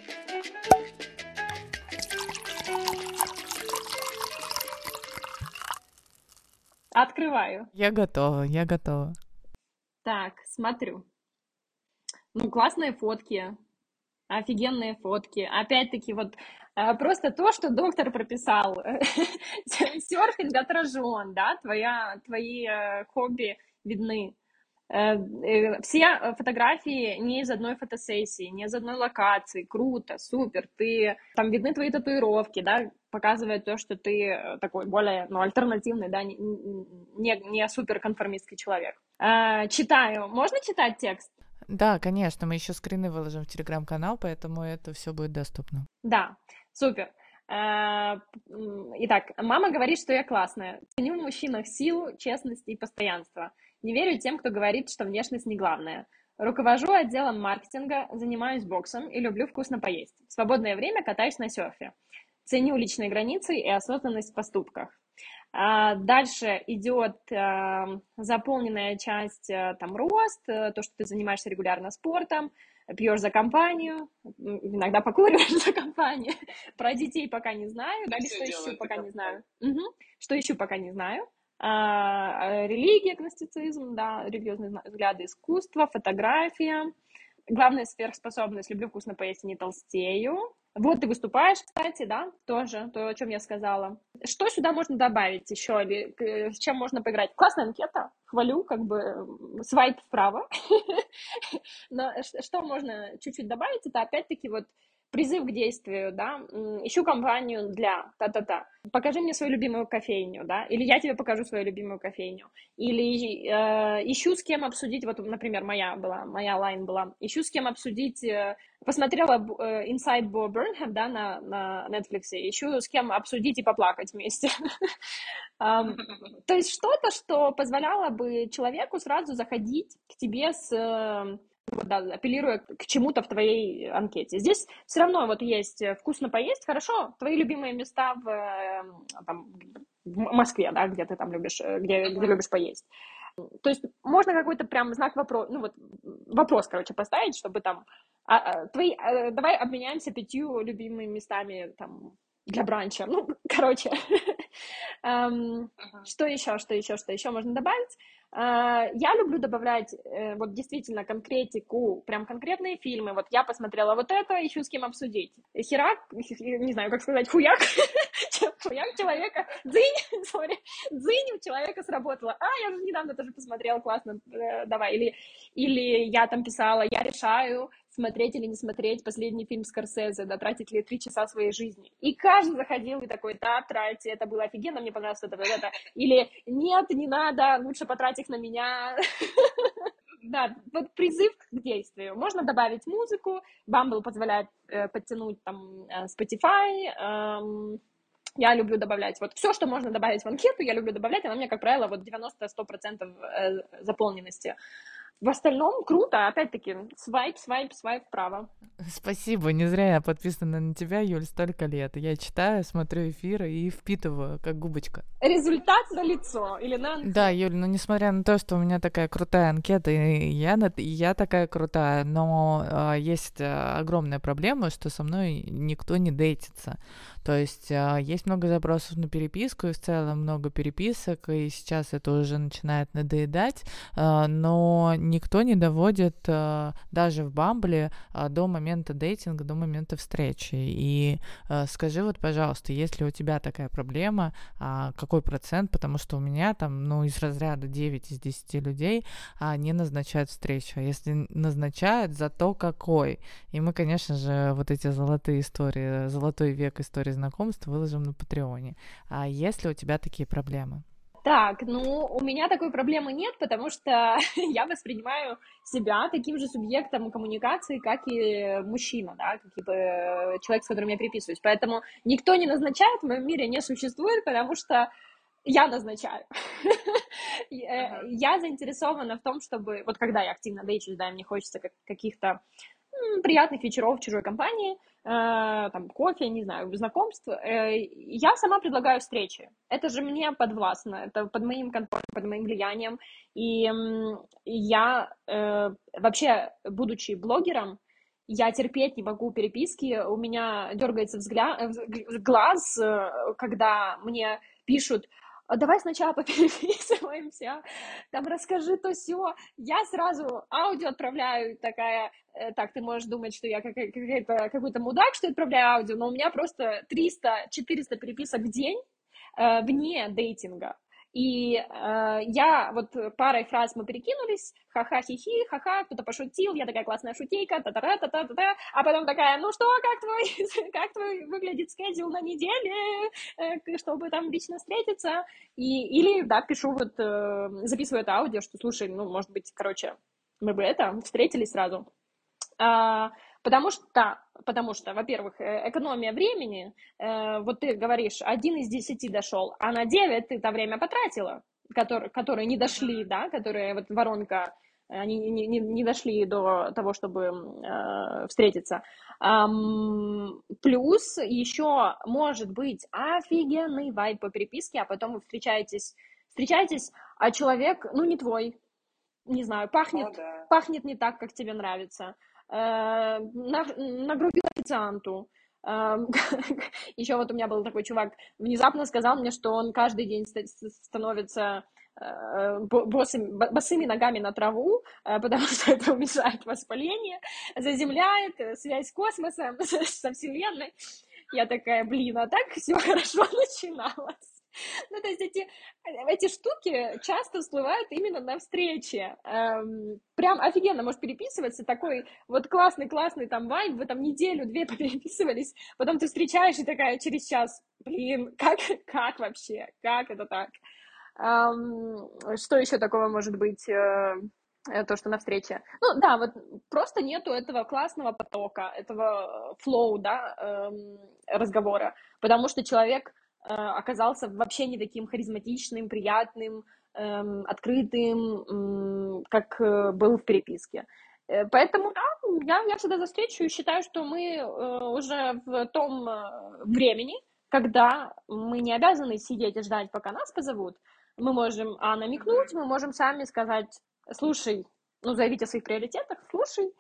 Открываю. Я готова, я готова. Так, смотрю. Ну, классные фотки, офигенные фотки. Опять-таки, вот просто то, что доктор прописал. Серфинг отражен, да, твоя, твои хобби видны. Все фотографии не из одной фотосессии, не из одной локации. Круто, супер. Ты, там видны твои татуировки, да, показывает то, что ты такой более, ну, альтернативный, да, не, не, не суперконформистский человек. А, читаю. Можно читать текст? Да, конечно, мы еще скрины выложим в телеграм-канал, поэтому это все будет доступно. Да, супер. Итак, мама говорит, что я классная. Ценю в мужчинах силу, честность и постоянство. Не верю тем, кто говорит, что внешность не главное. Руковожу отделом маркетинга, занимаюсь боксом и люблю вкусно поесть. В свободное время катаюсь на серфе. Ценю личные границы и осознанность в поступках. Дальше идет заполненная часть, там, рост, то, что ты занимаешься регулярно спортом, пьешь за компанию, иногда покуриваешь за компанию. Про детей пока не знаю, да, что ищу, пока не знаю. Угу. Что ищу, пока не знаю. А, религия, гностицизм, да, религиозные взгляды, искусство, фотография. Главная сверхспособность — люблю вкусно поесть и не толстею. Вот ты выступаешь, кстати, да, тоже, то, о чем я сказала. Что сюда можно добавить еще, или с чем можно поиграть? Классная анкета, хвалю, как бы свайп вправо. Но что можно чуть-чуть добавить, это опять-таки вот призыв к действию, да, ищу компанию для та-та-та, покажи мне свою любимую кофейню, да, или я тебе покажу свою любимую кофейню, или э, ищу с кем обсудить, вот, например, моя была, моя лайн была, ищу с кем обсудить, э, посмотрела э, Inside Bo Burnham, да, на, на Netflix, ищу с кем обсудить и поплакать вместе. Um, то есть что-то, что позволяло бы человеку сразу заходить к тебе с, да, апеллируя к чему-то в твоей анкете. Здесь все равно вот есть вкусно поесть, хорошо, твои любимые места в, там, в Москве, да, где ты там любишь, где, где любишь поесть. То есть можно какой-то прям знак вопрос, ну вот вопрос, короче, поставить, чтобы там, а, а, твои, а, давай обменяемся пятью любимыми местами там для бранча. Ну, короче, um, uh-huh. что еще, что еще, что еще можно добавить? Uh, я люблю добавлять uh, вот действительно конкретику, прям конкретные фильмы. Вот я посмотрела вот это, ищу с кем обсудить. Херак, не знаю, как сказать, хуяк, хуяк человека, дзынь, сори, дзынь у человека сработала. А, я же недавно тоже посмотрела, классно, uh, давай. Или, или я там писала, я решаю, смотреть или не смотреть последний фильм Скорсезе, да, тратить ли три часа своей жизни. И каждый заходил и такой, да, тратьте, это было офигенно, мне понравилось это, это. Или нет, не надо, лучше потратить их на меня. Да, вот призыв к действию. Можно добавить музыку, Bumble позволяет э, подтянуть там Spotify, эм, я люблю добавлять вот все, что можно добавить в анкету, я люблю добавлять, она у меня, как правило, вот девяносто-сто процентов э, заполненности. В остальном круто, опять-таки, свайп, свайп, свайп вправо. Спасибо, не зря я подписана на тебя, Юль, столько лет. Я читаю, смотрю эфиры и впитываю, как губочка. Результат на лицо или на анкету. Да, Юль, ну несмотря на то, что у меня такая крутая анкета, и я, и я такая крутая, но э, есть огромная проблема, что со мной никто не дейтится. То есть э, есть много запросов на переписку, и в целом много переписок, и сейчас это уже начинает надоедать, э, но никто не доводит э, даже в Бамбле э, до момента дейтинга, до момента встречи. И э, скажи вот, пожалуйста, если у тебя такая проблема, э, какой процент, потому что у меня там, ну, из разряда девять из десяти людей э, не назначают встречу, а если назначают, зато какой. И мы, конечно же, вот эти золотые истории, золотой век истории знакомств выложим на Патреоне. А есть ли у тебя такие проблемы? Так, ну, у меня такой проблемы нет, потому что я воспринимаю себя таким же субъектом коммуникации, как и мужчина, да, как и человек, с которым я переписываюсь. Поэтому никто не назначает, в моем мире не существует, потому что я назначаю. Uh-huh. Я заинтересована в том, чтобы, вот когда я активно дейчусь, да, мне хочется каких-то приятных вечеров в чужой компании, э, там, кофе, не знаю, знакомств, э, я сама предлагаю встречи. Это же мне подвластно, это под моим контролем, под моим влиянием. И э, я э, вообще, будучи блогером, я терпеть не могу переписки, у меня дергается взгляд, глаз, когда мне пишут: давай сначала попереписываемся, там расскажи то сё. Я сразу аудио отправляю, такая, так, ты можешь думать, что я какой-то, какой-то мудак, что отправляю аудио, но у меня просто триста-четыреста переписок в день э, вне дейтинга. И э, я вот парой фраз мы перекинулись, ха-ха-хи-хи, ха-ха, кто-то пошутил, я такая классная шутейка, та-та-та-та-та-та, а потом такая, ну что, как твой, как твой выглядит скедюл на неделе, э, чтобы там лично встретиться, и, или, да, пишу вот, э, записываю это аудио, что, слушай, ну, может быть, короче, мы бы это, встретились сразу. А, потому что, потому что, во-первых, экономия времени, э, вот ты говоришь, один из десяти дошел, а на девять ты это время потратила, которые, которые не дошли, да, которые, вот воронка, они не, не, не дошли до того, чтобы э, встретиться. Um, плюс еще может быть офигенный вайб по переписке, а потом вы встречаетесь, встречаетесь, а человек, ну, не твой, не знаю, пахнет, О, да. пахнет не так, как тебе нравится. Нагрубил официанту. Еще вот у меня был такой чувак, внезапно сказал мне, что он каждый день становится босыми, босыми ногами на траву, потому что это уменьшает воспаление, заземляет связь с космосом, со Вселенной. Я такая, блин, а так все хорошо начиналось. Ну, то есть эти, эти штуки часто всплывают именно на встрече. Эм, прям офигенно можешь переписываться, такой вот классный-классный там вайб, вы там неделю-две попереписывались, потом ты встречаешь и такая через час, блин, как, как вообще, как это так? Эм, что еще такого может быть? Э, э, то, что на встрече. Ну, да, вот просто нету этого классного потока, этого флоу, да, эм, разговора, потому что человек э, оказался вообще не таким харизматичным, приятным, эм, открытым, м, как э, был в переписке. Э, Поэтому, да, я, я всегда за встречу и считаю, что мы э, уже в том э, времени, когда мы не обязаны сидеть и ждать, пока нас позовут. Мы можем а, намекнуть, мы можем сами сказать, слушай, ну, заявить о своих приоритетах, слушай,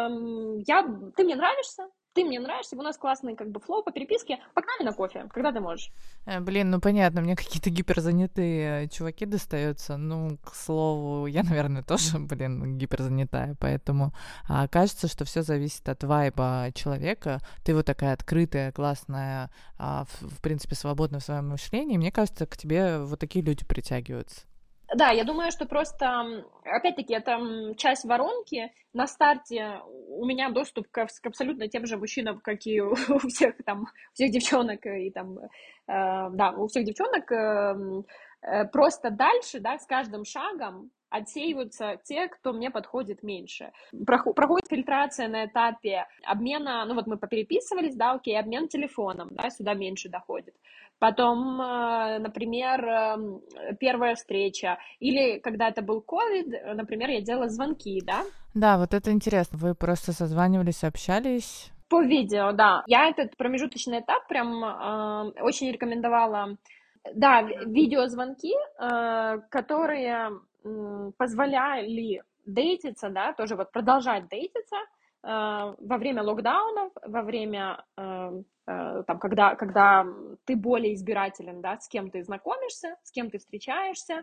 эм, я, ты мне нравишься, ты мне нравишься, у нас классный как бы флоу по переписке, погнали на кофе, когда ты можешь. Э, Блин, ну понятно, мне какие-то гиперзанятые э, чуваки достаются. Ну, к слову, я, наверное, тоже, блин, гиперзанятая, поэтому а, кажется, что все зависит от вайба человека. Ты вот такая открытая, классная, а, в, в принципе, свободная в своем мышлении. Мне кажется, к тебе вот такие люди притягиваются. Да, я думаю, что просто, м, опять-таки, это м, часть воронки. На старте у меня доступ к, абс- к абсолютно тем же мужчинам, как и у, у всех там, у всех девчонок и там, э, да, у всех девчонок. э, м, э, Просто дальше, да, с каждым шагом отсеиваются те, кто мне подходит меньше. Проху- проходит фильтрация на этапе обмена, ну вот мы попереписывались, да, окей, обмен телефоном, да, сюда меньше доходит. Потом, э, например, эм, первая встреча. Или когда это был ковид, э, например, я делала звонки, да, Да, вот это интересно. Вы просто созванивались, общались. по видео, да. Я этот промежуточный этап прям э, очень рекомендовала. Да, ви- видеозвонки, э, которые м, позволяли дейтиться, да, тоже вот продолжать дейтиться э, во время локдаунов, во время, э, э, там, когда, когда ты более избирателен, да, с кем ты знакомишься, с кем ты встречаешься,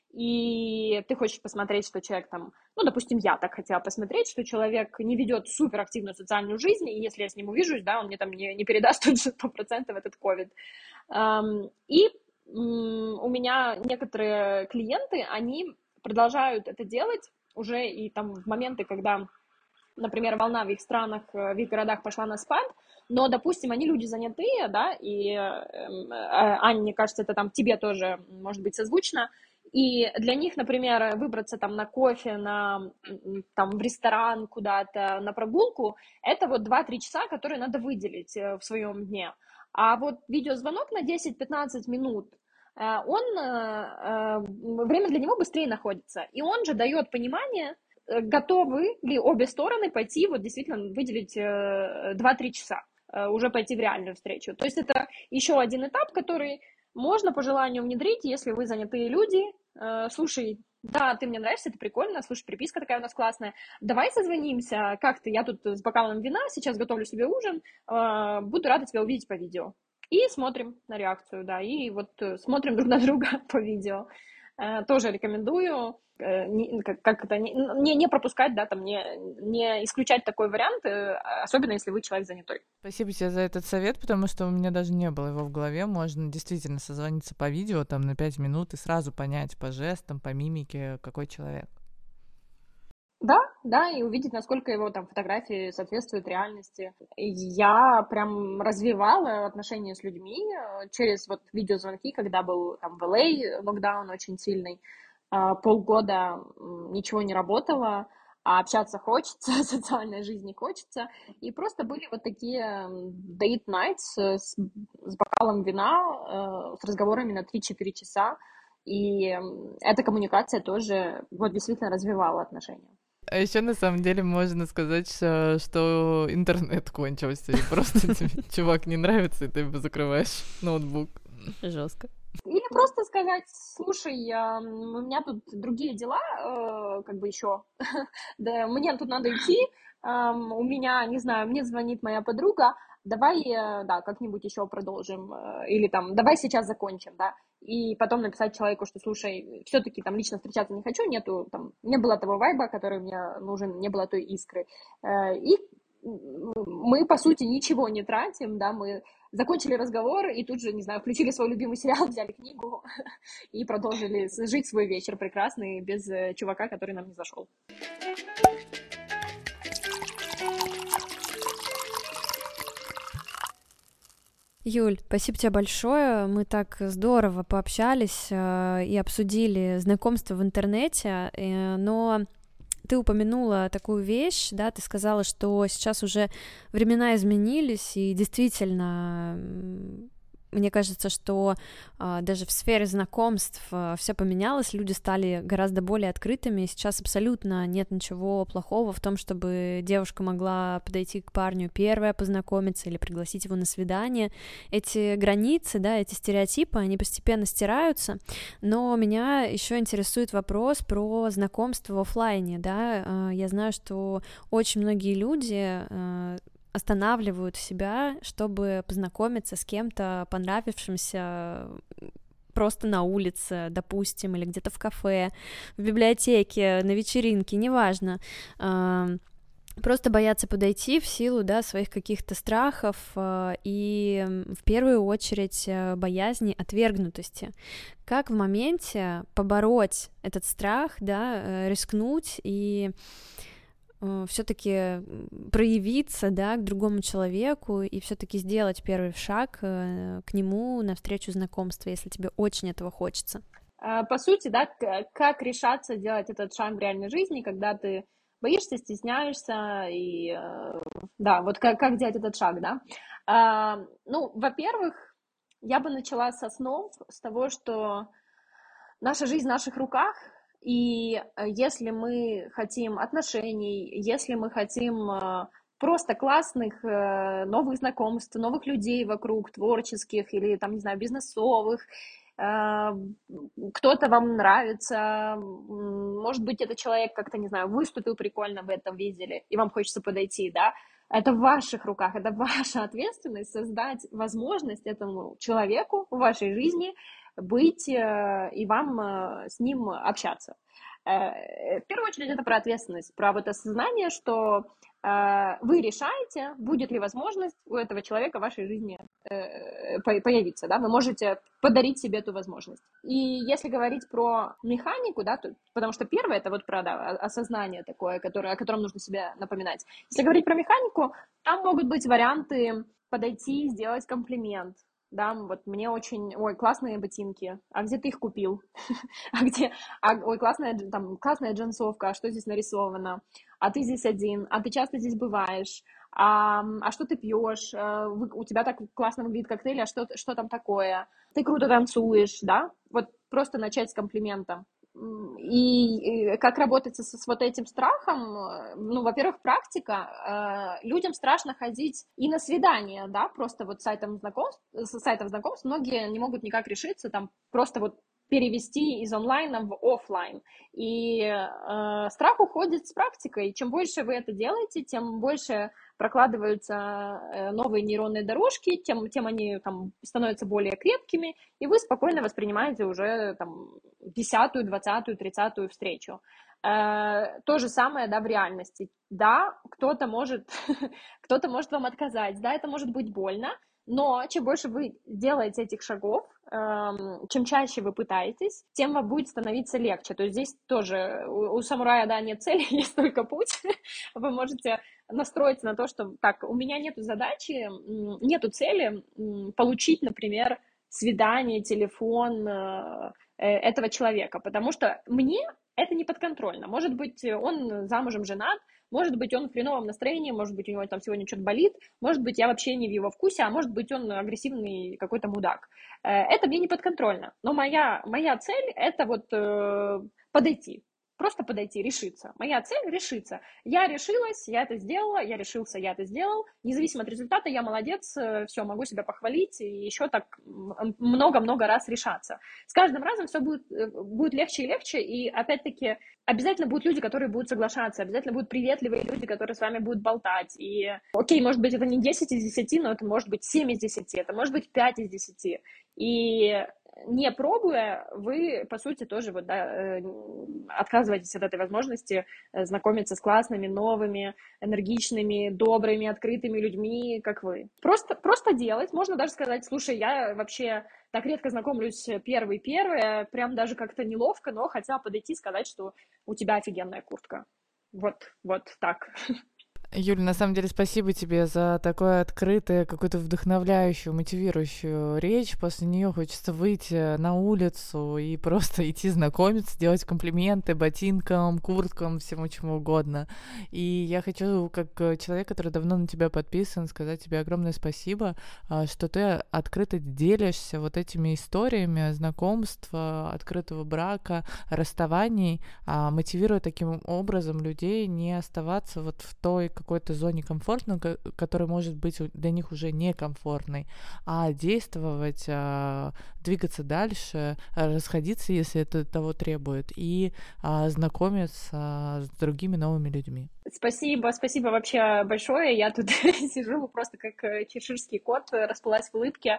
и ты хочешь посмотреть, что человек там, ну, допустим, я так хотела посмотреть, что человек не ведет суперактивную социальную жизнь, и если я с ним увижусь, да, он мне там не, не передаст тут же сто процентов этот ковид. Ам, И м, у меня некоторые клиенты, они продолжают это делать уже и там в моменты, когда, например, волна в их странах, э, в их городах пошла на спад, но, допустим, они люди занятые, да, и, эм, э, Ань, мне кажется, это там тебе тоже может быть созвучно, и для них, например, выбраться там на кофе, на, м, там, в ресторан куда-то, на прогулку, это вот два-три часа, которые надо выделить э, в своем дне. А вот видеозвонок на десять-пятнадцать минут, э, он, э, э, время для него быстрее находится, и он же дает понимание, э, готовы ли обе стороны пойти, вот действительно выделить э, два-три часа, э, уже пойти в реальную встречу. То есть это еще один этап, который можно по желанию внедрить, если вы занятые люди. Э, Слушай, да, ты мне нравишься, это прикольно, слушай, приписка такая у нас классная, давай созвонимся, как ты, я тут с бокалом вина, сейчас готовлю себе ужин, э, буду рада тебя увидеть по видео. И смотрим на реакцию, да, и вот э, смотрим друг на друга по видео. Э, Тоже рекомендую э, не, как, как это, не, не пропускать, да, там, не, не исключать такой вариант, э, особенно если вы человек занятой. Спасибо тебе за этот совет, потому что у меня даже не было его в голове. Можно действительно созвониться по видео там на пять минут и сразу понять по жестам, по мимике, какой человек. Да, да, и увидеть, насколько его там фотографии соответствуют реальности. И я прям развивала отношения с людьми э, через вот видеозвонки, когда был там в Л А локдаун очень сильный. А, Полгода м, ничего не работало, а общаться хочется, социальной жизни хочется. И просто были вот такие м, date nights э, с, с бокалом вина, э, с разговорами на три-четыре часа. И м, эта коммуникация тоже вот действительно развивала отношения. А еще на самом деле можно сказать, что, что интернет кончился, и просто тебе чувак не нравится, и ты закрываешь ноутбук. Жестко. Или просто сказать, слушай, а, у меня тут другие дела, э, как бы еще, да, мне тут надо идти, ам, у меня, не знаю, мне звонит моя подруга, давай, э, да, как-нибудь еще продолжим, э, или там, давай сейчас закончим, да, и потом написать человеку, что, слушай, все-таки там лично встречаться не хочу, нету, там, не было того вайба, который мне нужен, не было той искры, Э, и м, мы, по сути, ничего не тратим, да, мы закончили разговор и тут же, не знаю, включили свой любимый сериал, взяли книгу и продолжили жить свой вечер прекрасный без чувака, который нам не зашел. Юль, спасибо тебе большое. Мы так здорово пообщались э, и обсудили знакомство в интернете, э, но ты упомянула такую вещь, да, ты сказала, что сейчас уже времена изменились, и действительно, мне кажется, что а, даже в сфере знакомств а, все поменялось, люди стали гораздо более открытыми, и сейчас абсолютно нет ничего плохого в том, чтобы девушка могла подойти к парню первая, познакомиться или пригласить его на свидание. Эти границы, да, эти стереотипы, они постепенно стираются, но меня еще интересует вопрос про знакомство в офлайне, да, а, я знаю, что очень многие люди а, останавливают себя, чтобы познакомиться с кем-то понравившимся просто на улице, допустим, или где-то в кафе, в библиотеке, на вечеринке, неважно. Просто боятся подойти в силу, да, своих каких-то страхов и в первую очередь боязни отвергнутости. Как в моменте побороть этот страх, да, рискнуть и все-таки проявиться, да, к другому человеку и все-таки сделать первый шаг к нему навстречу знакомства, если тебе очень этого хочется. По сути, да, как решаться делать этот шаг в реальной жизни, когда ты боишься, стесняешься, и, да, вот как, как делать этот шаг, да. Ну, во-первых, я бы начала с основ, с того, что наша жизнь в наших руках. И если мы хотим отношений, если мы хотим просто классных новых знакомств, новых людей вокруг, творческих или, там, не знаю, бизнесовых, кто-то вам нравится, может быть, этот человек как-то, не знаю, выступил прикольно, вы это видели, и вам хочется подойти, да, это в ваших руках, это ваша ответственность создать возможность этому человеку в вашей жизни быть и вам с ним общаться. В первую очередь это про ответственность, про вот осознание, что вы решаете, будет ли возможность у этого человека в вашей жизни появиться, да, вы можете подарить себе эту возможность. И если говорить про механику, да, то, потому что первое это вот про, да, осознание такое, которое, о котором нужно себе напоминать. Если говорить про механику, там могут быть варианты подойти, сделать комплимент. Да, вот мне очень, ой, классные ботинки, а где ты их купил? А где, а, ой, классная, там, классная джинсовка, а что здесь нарисовано? А ты здесь один, а ты часто здесь бываешь? А, а что ты пьешь? У тебя так классно выглядит коктейль, а что, что там такое? Ты круто танцуешь, да? Вот просто начать с комплимента. И, и как работать с, с вот этим страхом, ну, во-первых, практика, э, людям страшно ходить и на свидания, да, просто вот с сайтом знакомств, с сайтов знакомств многие не могут никак решиться, там, просто вот перевести из онлайна в офлайн. И э, страх уходит с практикой. Чем больше вы это делаете, тем больше прокладываются новые нейронные дорожки, тем, тем они там становятся более крепкими, и вы спокойно воспринимаете уже там десятую, двадцатую, тридцатую встречу. Э, то же самое, да, в реальности. Да, кто-то может, кто-то может вам отказать, да, это может быть больно, но чем больше вы делаете этих шагов, эм, чем чаще вы пытаетесь, тем вам будет становиться легче. То есть здесь тоже у, у самурая, да, нет цели, есть только путь. Вы можете настроиться на то, что так, у меня нету задачи, нету цели получить, например, свидание, телефон э, этого человека, потому что мне это не подконтрольно. Может быть, он замужем, женат, может быть, он в хреновом настроении, может быть, у него там сегодня что-то болит, может быть, я вообще не в его вкусе, а может быть, он агрессивный какой-то мудак. Это мне не подконтрольно. Но моя, моя цель — это вот э, подойти. Просто подойти, решиться. Моя цель — решиться. Я решилась, я это сделала, я решился, я это сделал. Независимо от результата, я молодец, все, могу себя похвалить и еще так много-много раз решаться. С каждым разом все будет, будет легче и легче, и опять-таки обязательно будут люди, которые будут соглашаться, обязательно будут приветливые люди, которые с вами будут болтать. И окей, может быть, это не десять из десяти, но это может быть семь из десяти, это может быть пять из десяти. И не пробуя, вы, по сути, тоже вот, да, отказываетесь от этой возможности знакомиться с классными, новыми, энергичными, добрыми, открытыми людьми, как вы. Просто, просто делать. Можно даже сказать, слушай, я вообще так редко знакомлюсь первый-первый, прям даже как-то неловко, но хотела подойти и сказать, что у тебя офигенная куртка. Вот, вот так. Юль, на самом деле спасибо тебе за такое открытое, какую-то вдохновляющую, мотивирующую речь. После нее хочется выйти на улицу и просто идти знакомиться, делать комплименты ботинкам, курткам, всему чему угодно. И я хочу, как человек, который давно на тебя подписан, сказать тебе огромное спасибо, что ты открыто делишься вот этими историями знакомства, открытого брака, расставаний, мотивируя таким образом людей не оставаться вот в той какой-то зоне комфортной, которая может быть для них уже некомфортной, а действовать, двигаться дальше, расходиться, если это того требует, и знакомиться с другими новыми людьми. Спасибо, спасибо вообще большое. Я тут сижу просто как чеширский кот, расплылась в улыбке.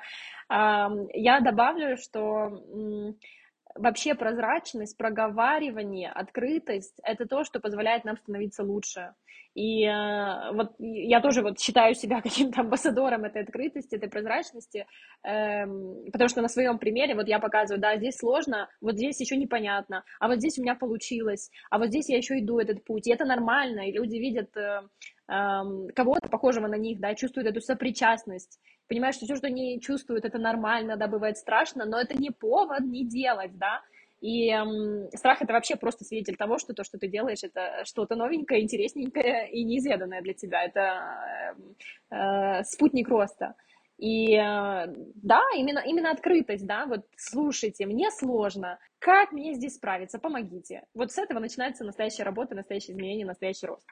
Я добавлю, что вообще прозрачность, проговаривание, открытость — это то, что позволяет нам становиться лучше. И э, вот я тоже вот считаю себя каким-то амбассадором этой открытости, этой прозрачности, э, потому что на своем примере вот я показываю, да, здесь сложно, вот здесь еще непонятно, а вот здесь у меня получилось, а вот здесь я еще иду этот путь, и это нормально, и люди видят э, э, кого-то похожего на них, да, чувствуют эту сопричастность, понимаешь, что все, что они чувствуют, это нормально, да, бывает страшно, но это не повод не делать, да. И эм, страх — это вообще просто свидетель того, что то, что ты делаешь, это что-то новенькое, интересненькое и неизведанное для тебя. Это э, э, спутник роста. И э, да, именно, именно открытость, да, вот слушайте, мне сложно, как мне здесь справиться, помогите. Вот с этого начинается настоящая работа, настоящее изменение, настоящий рост.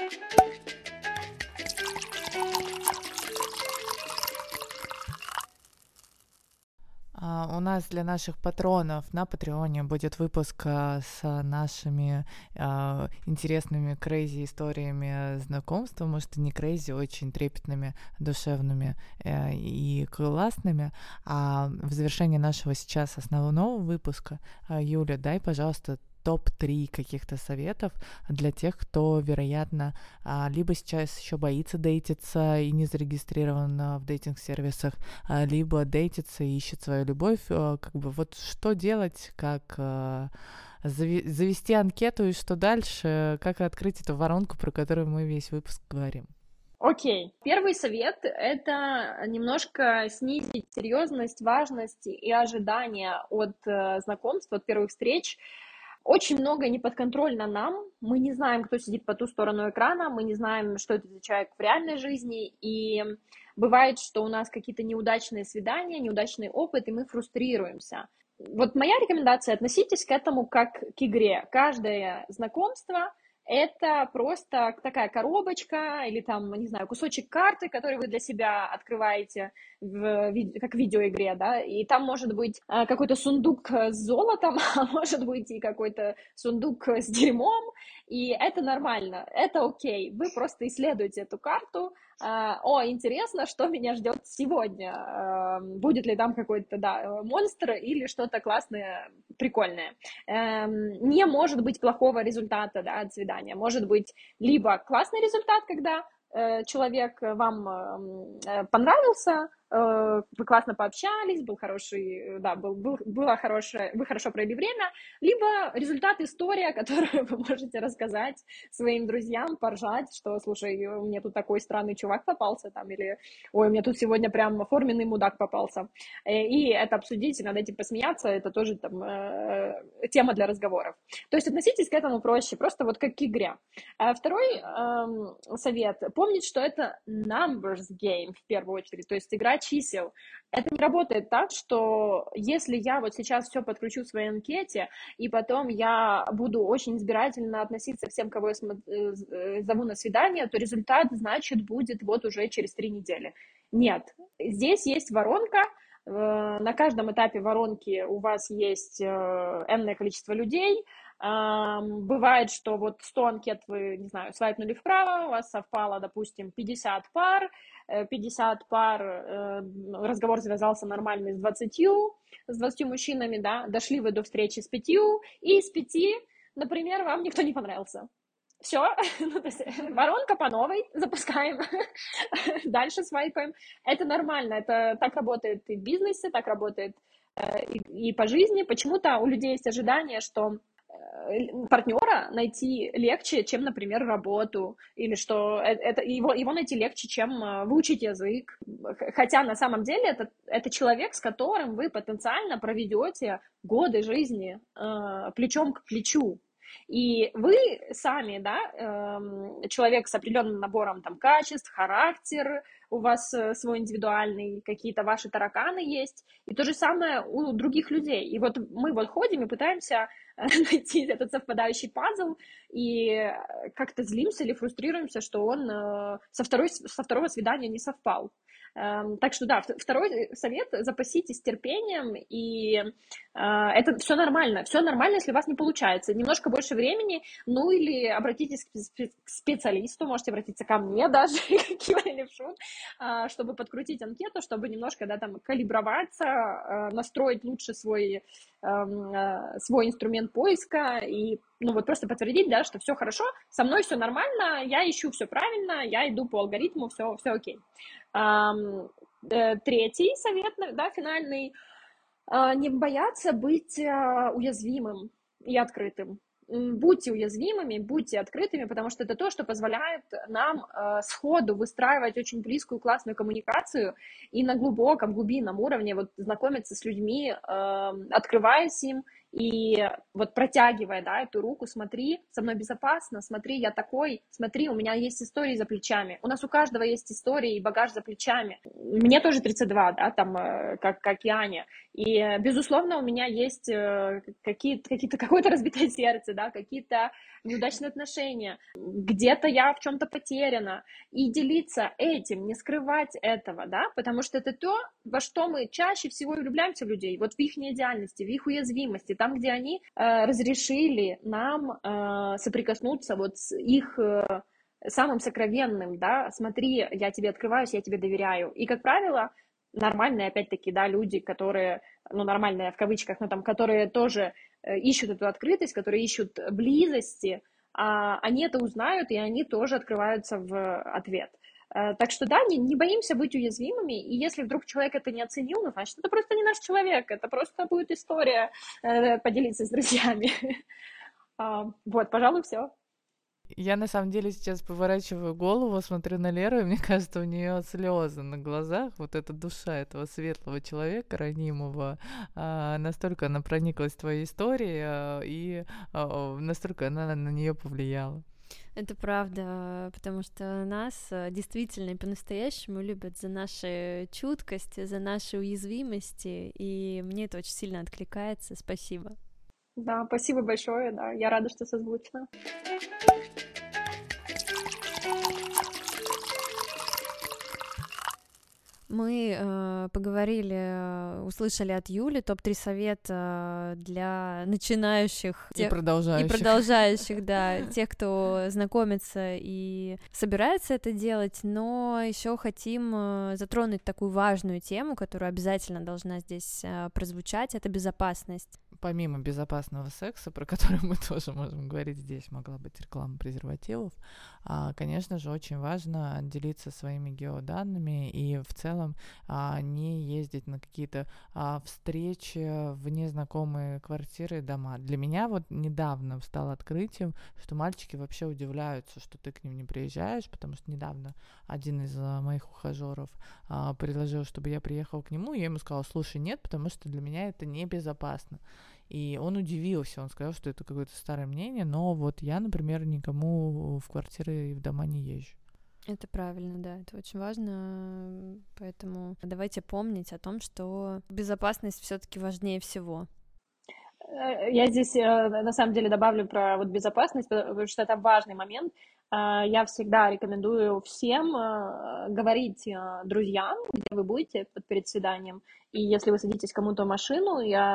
Uh, у нас для наших патронов на Патреоне будет выпуск uh, с нашими uh, интересными крейзи историями знакомства, может и не крейзи, очень трепетными, душевными uh, и классными. А в завершении нашего сейчас основного выпуска, uh, Юля, дай, пожалуйста, топ три каких-то советов для тех, кто, вероятно, либо сейчас еще боится дейтиться и не зарегистрирован в дейтинг-сервисах, либо дейтится и ищет свою любовь. Как бы вот что делать, как завести анкету и что дальше, как открыть эту воронку, про которую мы весь выпуск говорим. Окей. Okay. Первый совет — это немножко снизить серьезность, важность и ожидания от знакомств, от первых встреч. Очень много неподконтрольно нам, мы не знаем, кто сидит по ту сторону экрана, мы не знаем, что это за человек в реальной жизни, и бывает, что у нас какие-то неудачные свидания, неудачный опыт, и мы фрустрируемся. Вот моя рекомендация — относитесь к этому как к игре. Каждое знакомство — это просто такая коробочка или там, не знаю, кусочек карты, который вы для себя открываете, в, как в видеоигре, да, и там может быть какой-то сундук с золотом, а может быть и какой-то сундук с дерьмом, и это нормально, это окей, вы просто исследуете эту карту. О, интересно, что меня ждет сегодня, будет ли там какой-то, да, монстр или что-то классное, прикольное. Не может быть плохого результата, да, от свидания, может быть либо классный результат, когда человек вам понравился, вы классно пообщались, был хороший, да, был, был, было хорошее, вы хорошо провели время, либо результат, история, которую вы можете рассказать своим друзьям, поржать, что, слушай, мне тут такой странный чувак попался, там, или, ой, мне тут сегодня прям форменный мудак попался, и это обсудить, и над этим посмеяться, это тоже там тема для разговоров. То есть относитесь к этому проще, просто вот как к игре. Второй эм, совет, помнить, что это numbers game в первую очередь, то есть игра чисел. Это не работает так, что если я вот сейчас все подключу в своей анкете, и потом я буду очень избирательно относиться к всем, кого я зову на свидание, то результат, значит, будет вот уже через три недели. Нет, здесь есть воронка. На каждом этапе воронки у вас есть энное количество людей, Бывает, что вот сто анкет вы, не знаю, свайпнули вправо, у вас совпало, допустим, пятьдесят пар, пятьдесят пар, разговор завязался нормальный с двадцатью, с двадцатью мужчинами, да, дошли вы до встречи с пятью, и из пяти, например, вам никто не понравился. Все, ну, то есть, воронка по новой, запускаем, дальше свайпаем. Это нормально, это так работает и в бизнесе, так работает и, и по жизни. Почему-то у людей есть ожидание, что партнера найти легче, чем, например, работу, или что это, его, его найти легче, чем выучить язык. Хотя на самом деле это, это человек, с которым вы потенциально проведете годы жизни э, плечом к плечу. И вы сами, да, э, человек с определенным набором там качеств, характер, у вас свой индивидуальный, какие-то ваши тараканы есть, и то же самое у других людей. И вот мы вот ходим и пытаемся найти этот совпадающий пазл, и как-то злимся или фрустрируемся, что он со, второй, со второго свидания не совпал. Так что да, второй совет: запаситесь терпением, и это все нормально, все нормально, если у вас не получается. Немножко больше времени, ну или обратитесь к специалисту, можете обратиться ко мне даже, к Юле Левшун, чтобы подкрутить анкету, чтобы немножко, да, там, калиброваться, настроить лучше свой, свой инструмент поиска и, ну, вот просто подтвердить, да, что все хорошо, со мной все нормально, я ищу все правильно, я иду по алгоритму, все, все окей. Третий совет, да, финальный: не бояться быть уязвимым и открытым. Будьте уязвимыми, будьте открытыми, потому что это то, что позволяет нам э, сходу выстраивать очень близкую, классную коммуникацию и на глубоком, глубинном уровне вот знакомиться с людьми, э, открываясь им и вот протягивая, да, эту руку: смотри, со мной безопасно, смотри, я такой, смотри, у меня есть истории за плечами. У нас у каждого есть истории и багаж за плечами. Мне тоже тридцать два, да, там, э, как, как и Аня. И, безусловно, у меня есть э, какие-то, какие-то, какое-то разбитое сердце, да, какие-то неудачные отношения, где-то я в чем-то потеряна. И делиться этим, не скрывать этого, да, потому что это то, во что мы чаще всего влюбляемся в людей, вот в их неидеальности, в их уязвимости, там, где они э, разрешили нам э, соприкоснуться вот с их э, самым сокровенным, да, смотри, я тебе открываюсь, я тебе доверяю. И, как правило, нормальные, опять-таки, да, люди, которые, ну, нормальные в кавычках, но там, которые тоже ищут эту открытость, которые ищут близости, они это узнают, и они тоже открываются в ответ. Так что да, не, не боимся быть уязвимыми, и если вдруг человек это не оценил, ну, значит, это просто не наш человек, это просто будет история поделиться с друзьями. Вот, пожалуй, все. Я на самом деле сейчас поворачиваю голову, смотрю на Леру, и мне кажется, у нее слезы на глазах. Вот эта душа этого светлого человека, ранимого, настолько она прониклась в твоей истории, и настолько она на нее повлияла. Это правда, потому что нас действительно и по-настоящему любят за нашу чуткость, за наши уязвимости, и мне это очень сильно откликается. Спасибо. Да, спасибо большое, да, я рада, что созвучно. Мы э, поговорили, услышали от Юли топ три совета для начинающих и тех, продолжающих. И продолжающих, да, тех, кто знакомится и собирается это делать, но еще хотим затронуть такую важную тему, которая обязательно должна здесь прозвучать, это безопасность. Помимо безопасного секса, про который мы тоже можем говорить здесь, могла быть реклама презервативов, конечно же, очень важно делиться своими геоданными и в целом не ездить на какие-то встречи в незнакомые квартиры и дома. Для меня вот недавно стало открытием, что мальчики вообще удивляются, что ты к ним не приезжаешь, потому что недавно один из моих ухажеров предложил, чтобы я приехала к нему, и я ему сказала: слушай, нет, потому что для меня это небезопасно. И он удивился, он сказал, что это какое-то старое мнение, но вот я, например, никому в квартиры и в дома не езжу. Это правильно, да, это очень важно, поэтому давайте помнить о том, что безопасность все-таки важнее всего. Я здесь на самом деле добавлю про вот безопасность, потому что это важный момент. Я всегда рекомендую всем говорить друзьям, где вы будете перед свиданием, и если вы садитесь кому-то в машину, я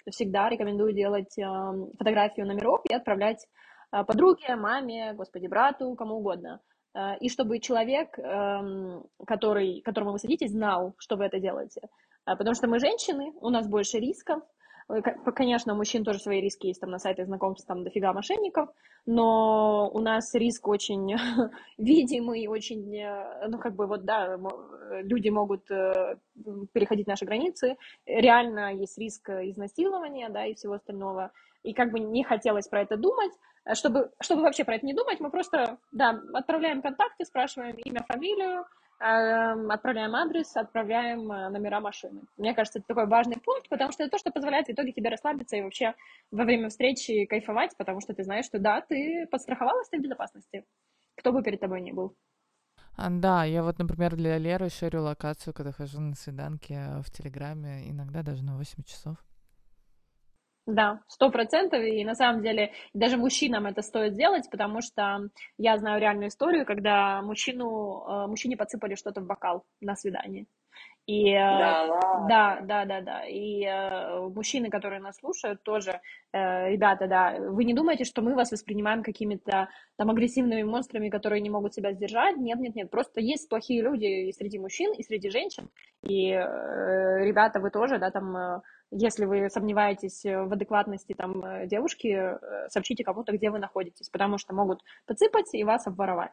всегда рекомендую делать э, фотографию номеров и отправлять э, подруге, маме, господи, брату, кому угодно. Э, и чтобы человек, э, который, которому вы садитесь, знал, что вы это делаете. Э, потому что мы женщины, у нас больше рисков. Конечно, у мужчин тоже свои риски есть, там на сайтах знакомств там дофига мошенников, но у нас риск очень видимый, очень, ну, как бы, вот, да, люди могут переходить наши границы, реально есть риск изнасилования, да, и всего остального, и как бы не хотелось про это думать, чтобы, чтобы вообще про это не думать, мы просто, да, отправляем контакты, спрашиваем имя, фамилию, отправляем адрес, отправляем номера машины. Мне кажется, это такой важный пункт, потому что это то, что позволяет в итоге тебе расслабиться и вообще во время встречи кайфовать, потому что ты знаешь, что да, ты подстраховалась, ты в безопасности, кто бы перед тобой ни был. А, да, я вот, например, для Леры шерю локацию, когда хожу на свиданки в Телеграме, иногда даже на восемь часов. Да, сто процентов, и на самом деле даже мужчинам это стоит сделать, потому что я знаю реальную историю, когда мужчину, мужчине подсыпали что-то в бокал на свидании. И да, да, да, да, да. И э, мужчины, которые нас слушают, тоже, э, ребята, да, вы не думаете, что мы вас воспринимаем какими-то там агрессивными монстрами, которые не могут себя сдержать? Нет, нет, нет. Просто есть плохие люди и среди мужчин, и среди женщин. И э, ребята, вы тоже, да, там, э, если вы сомневаетесь в адекватности там девушки, э, сообщите кому-то, где вы находитесь, потому что могут подсыпать и вас обворовать.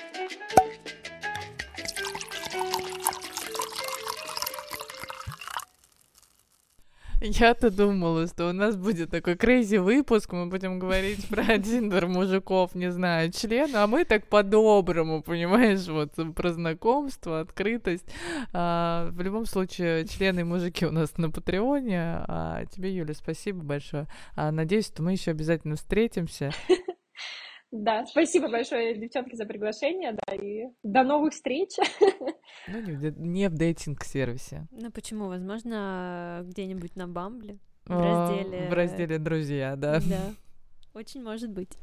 Я-то думала, что у нас будет такой крейзи выпуск, мы будем говорить про Тиндер мужиков, не знаю, члены, а мы так по-доброму, понимаешь, вот про знакомство, открытость. А, в любом случае, члены и мужики у нас на Патреоне. А тебе, Юля, спасибо большое. А, надеюсь, что мы еще обязательно встретимся. Да, спасибо большое, девчонки, за приглашение, да, и до новых встреч. Ну, не в, не в дейтинг-сервисе. Ну, почему? Возможно, где-нибудь на Бамбле, в О, разделе... В разделе «Друзья», да. Да, очень может быть.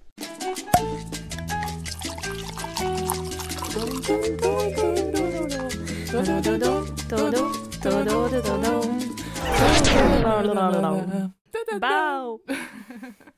Бау!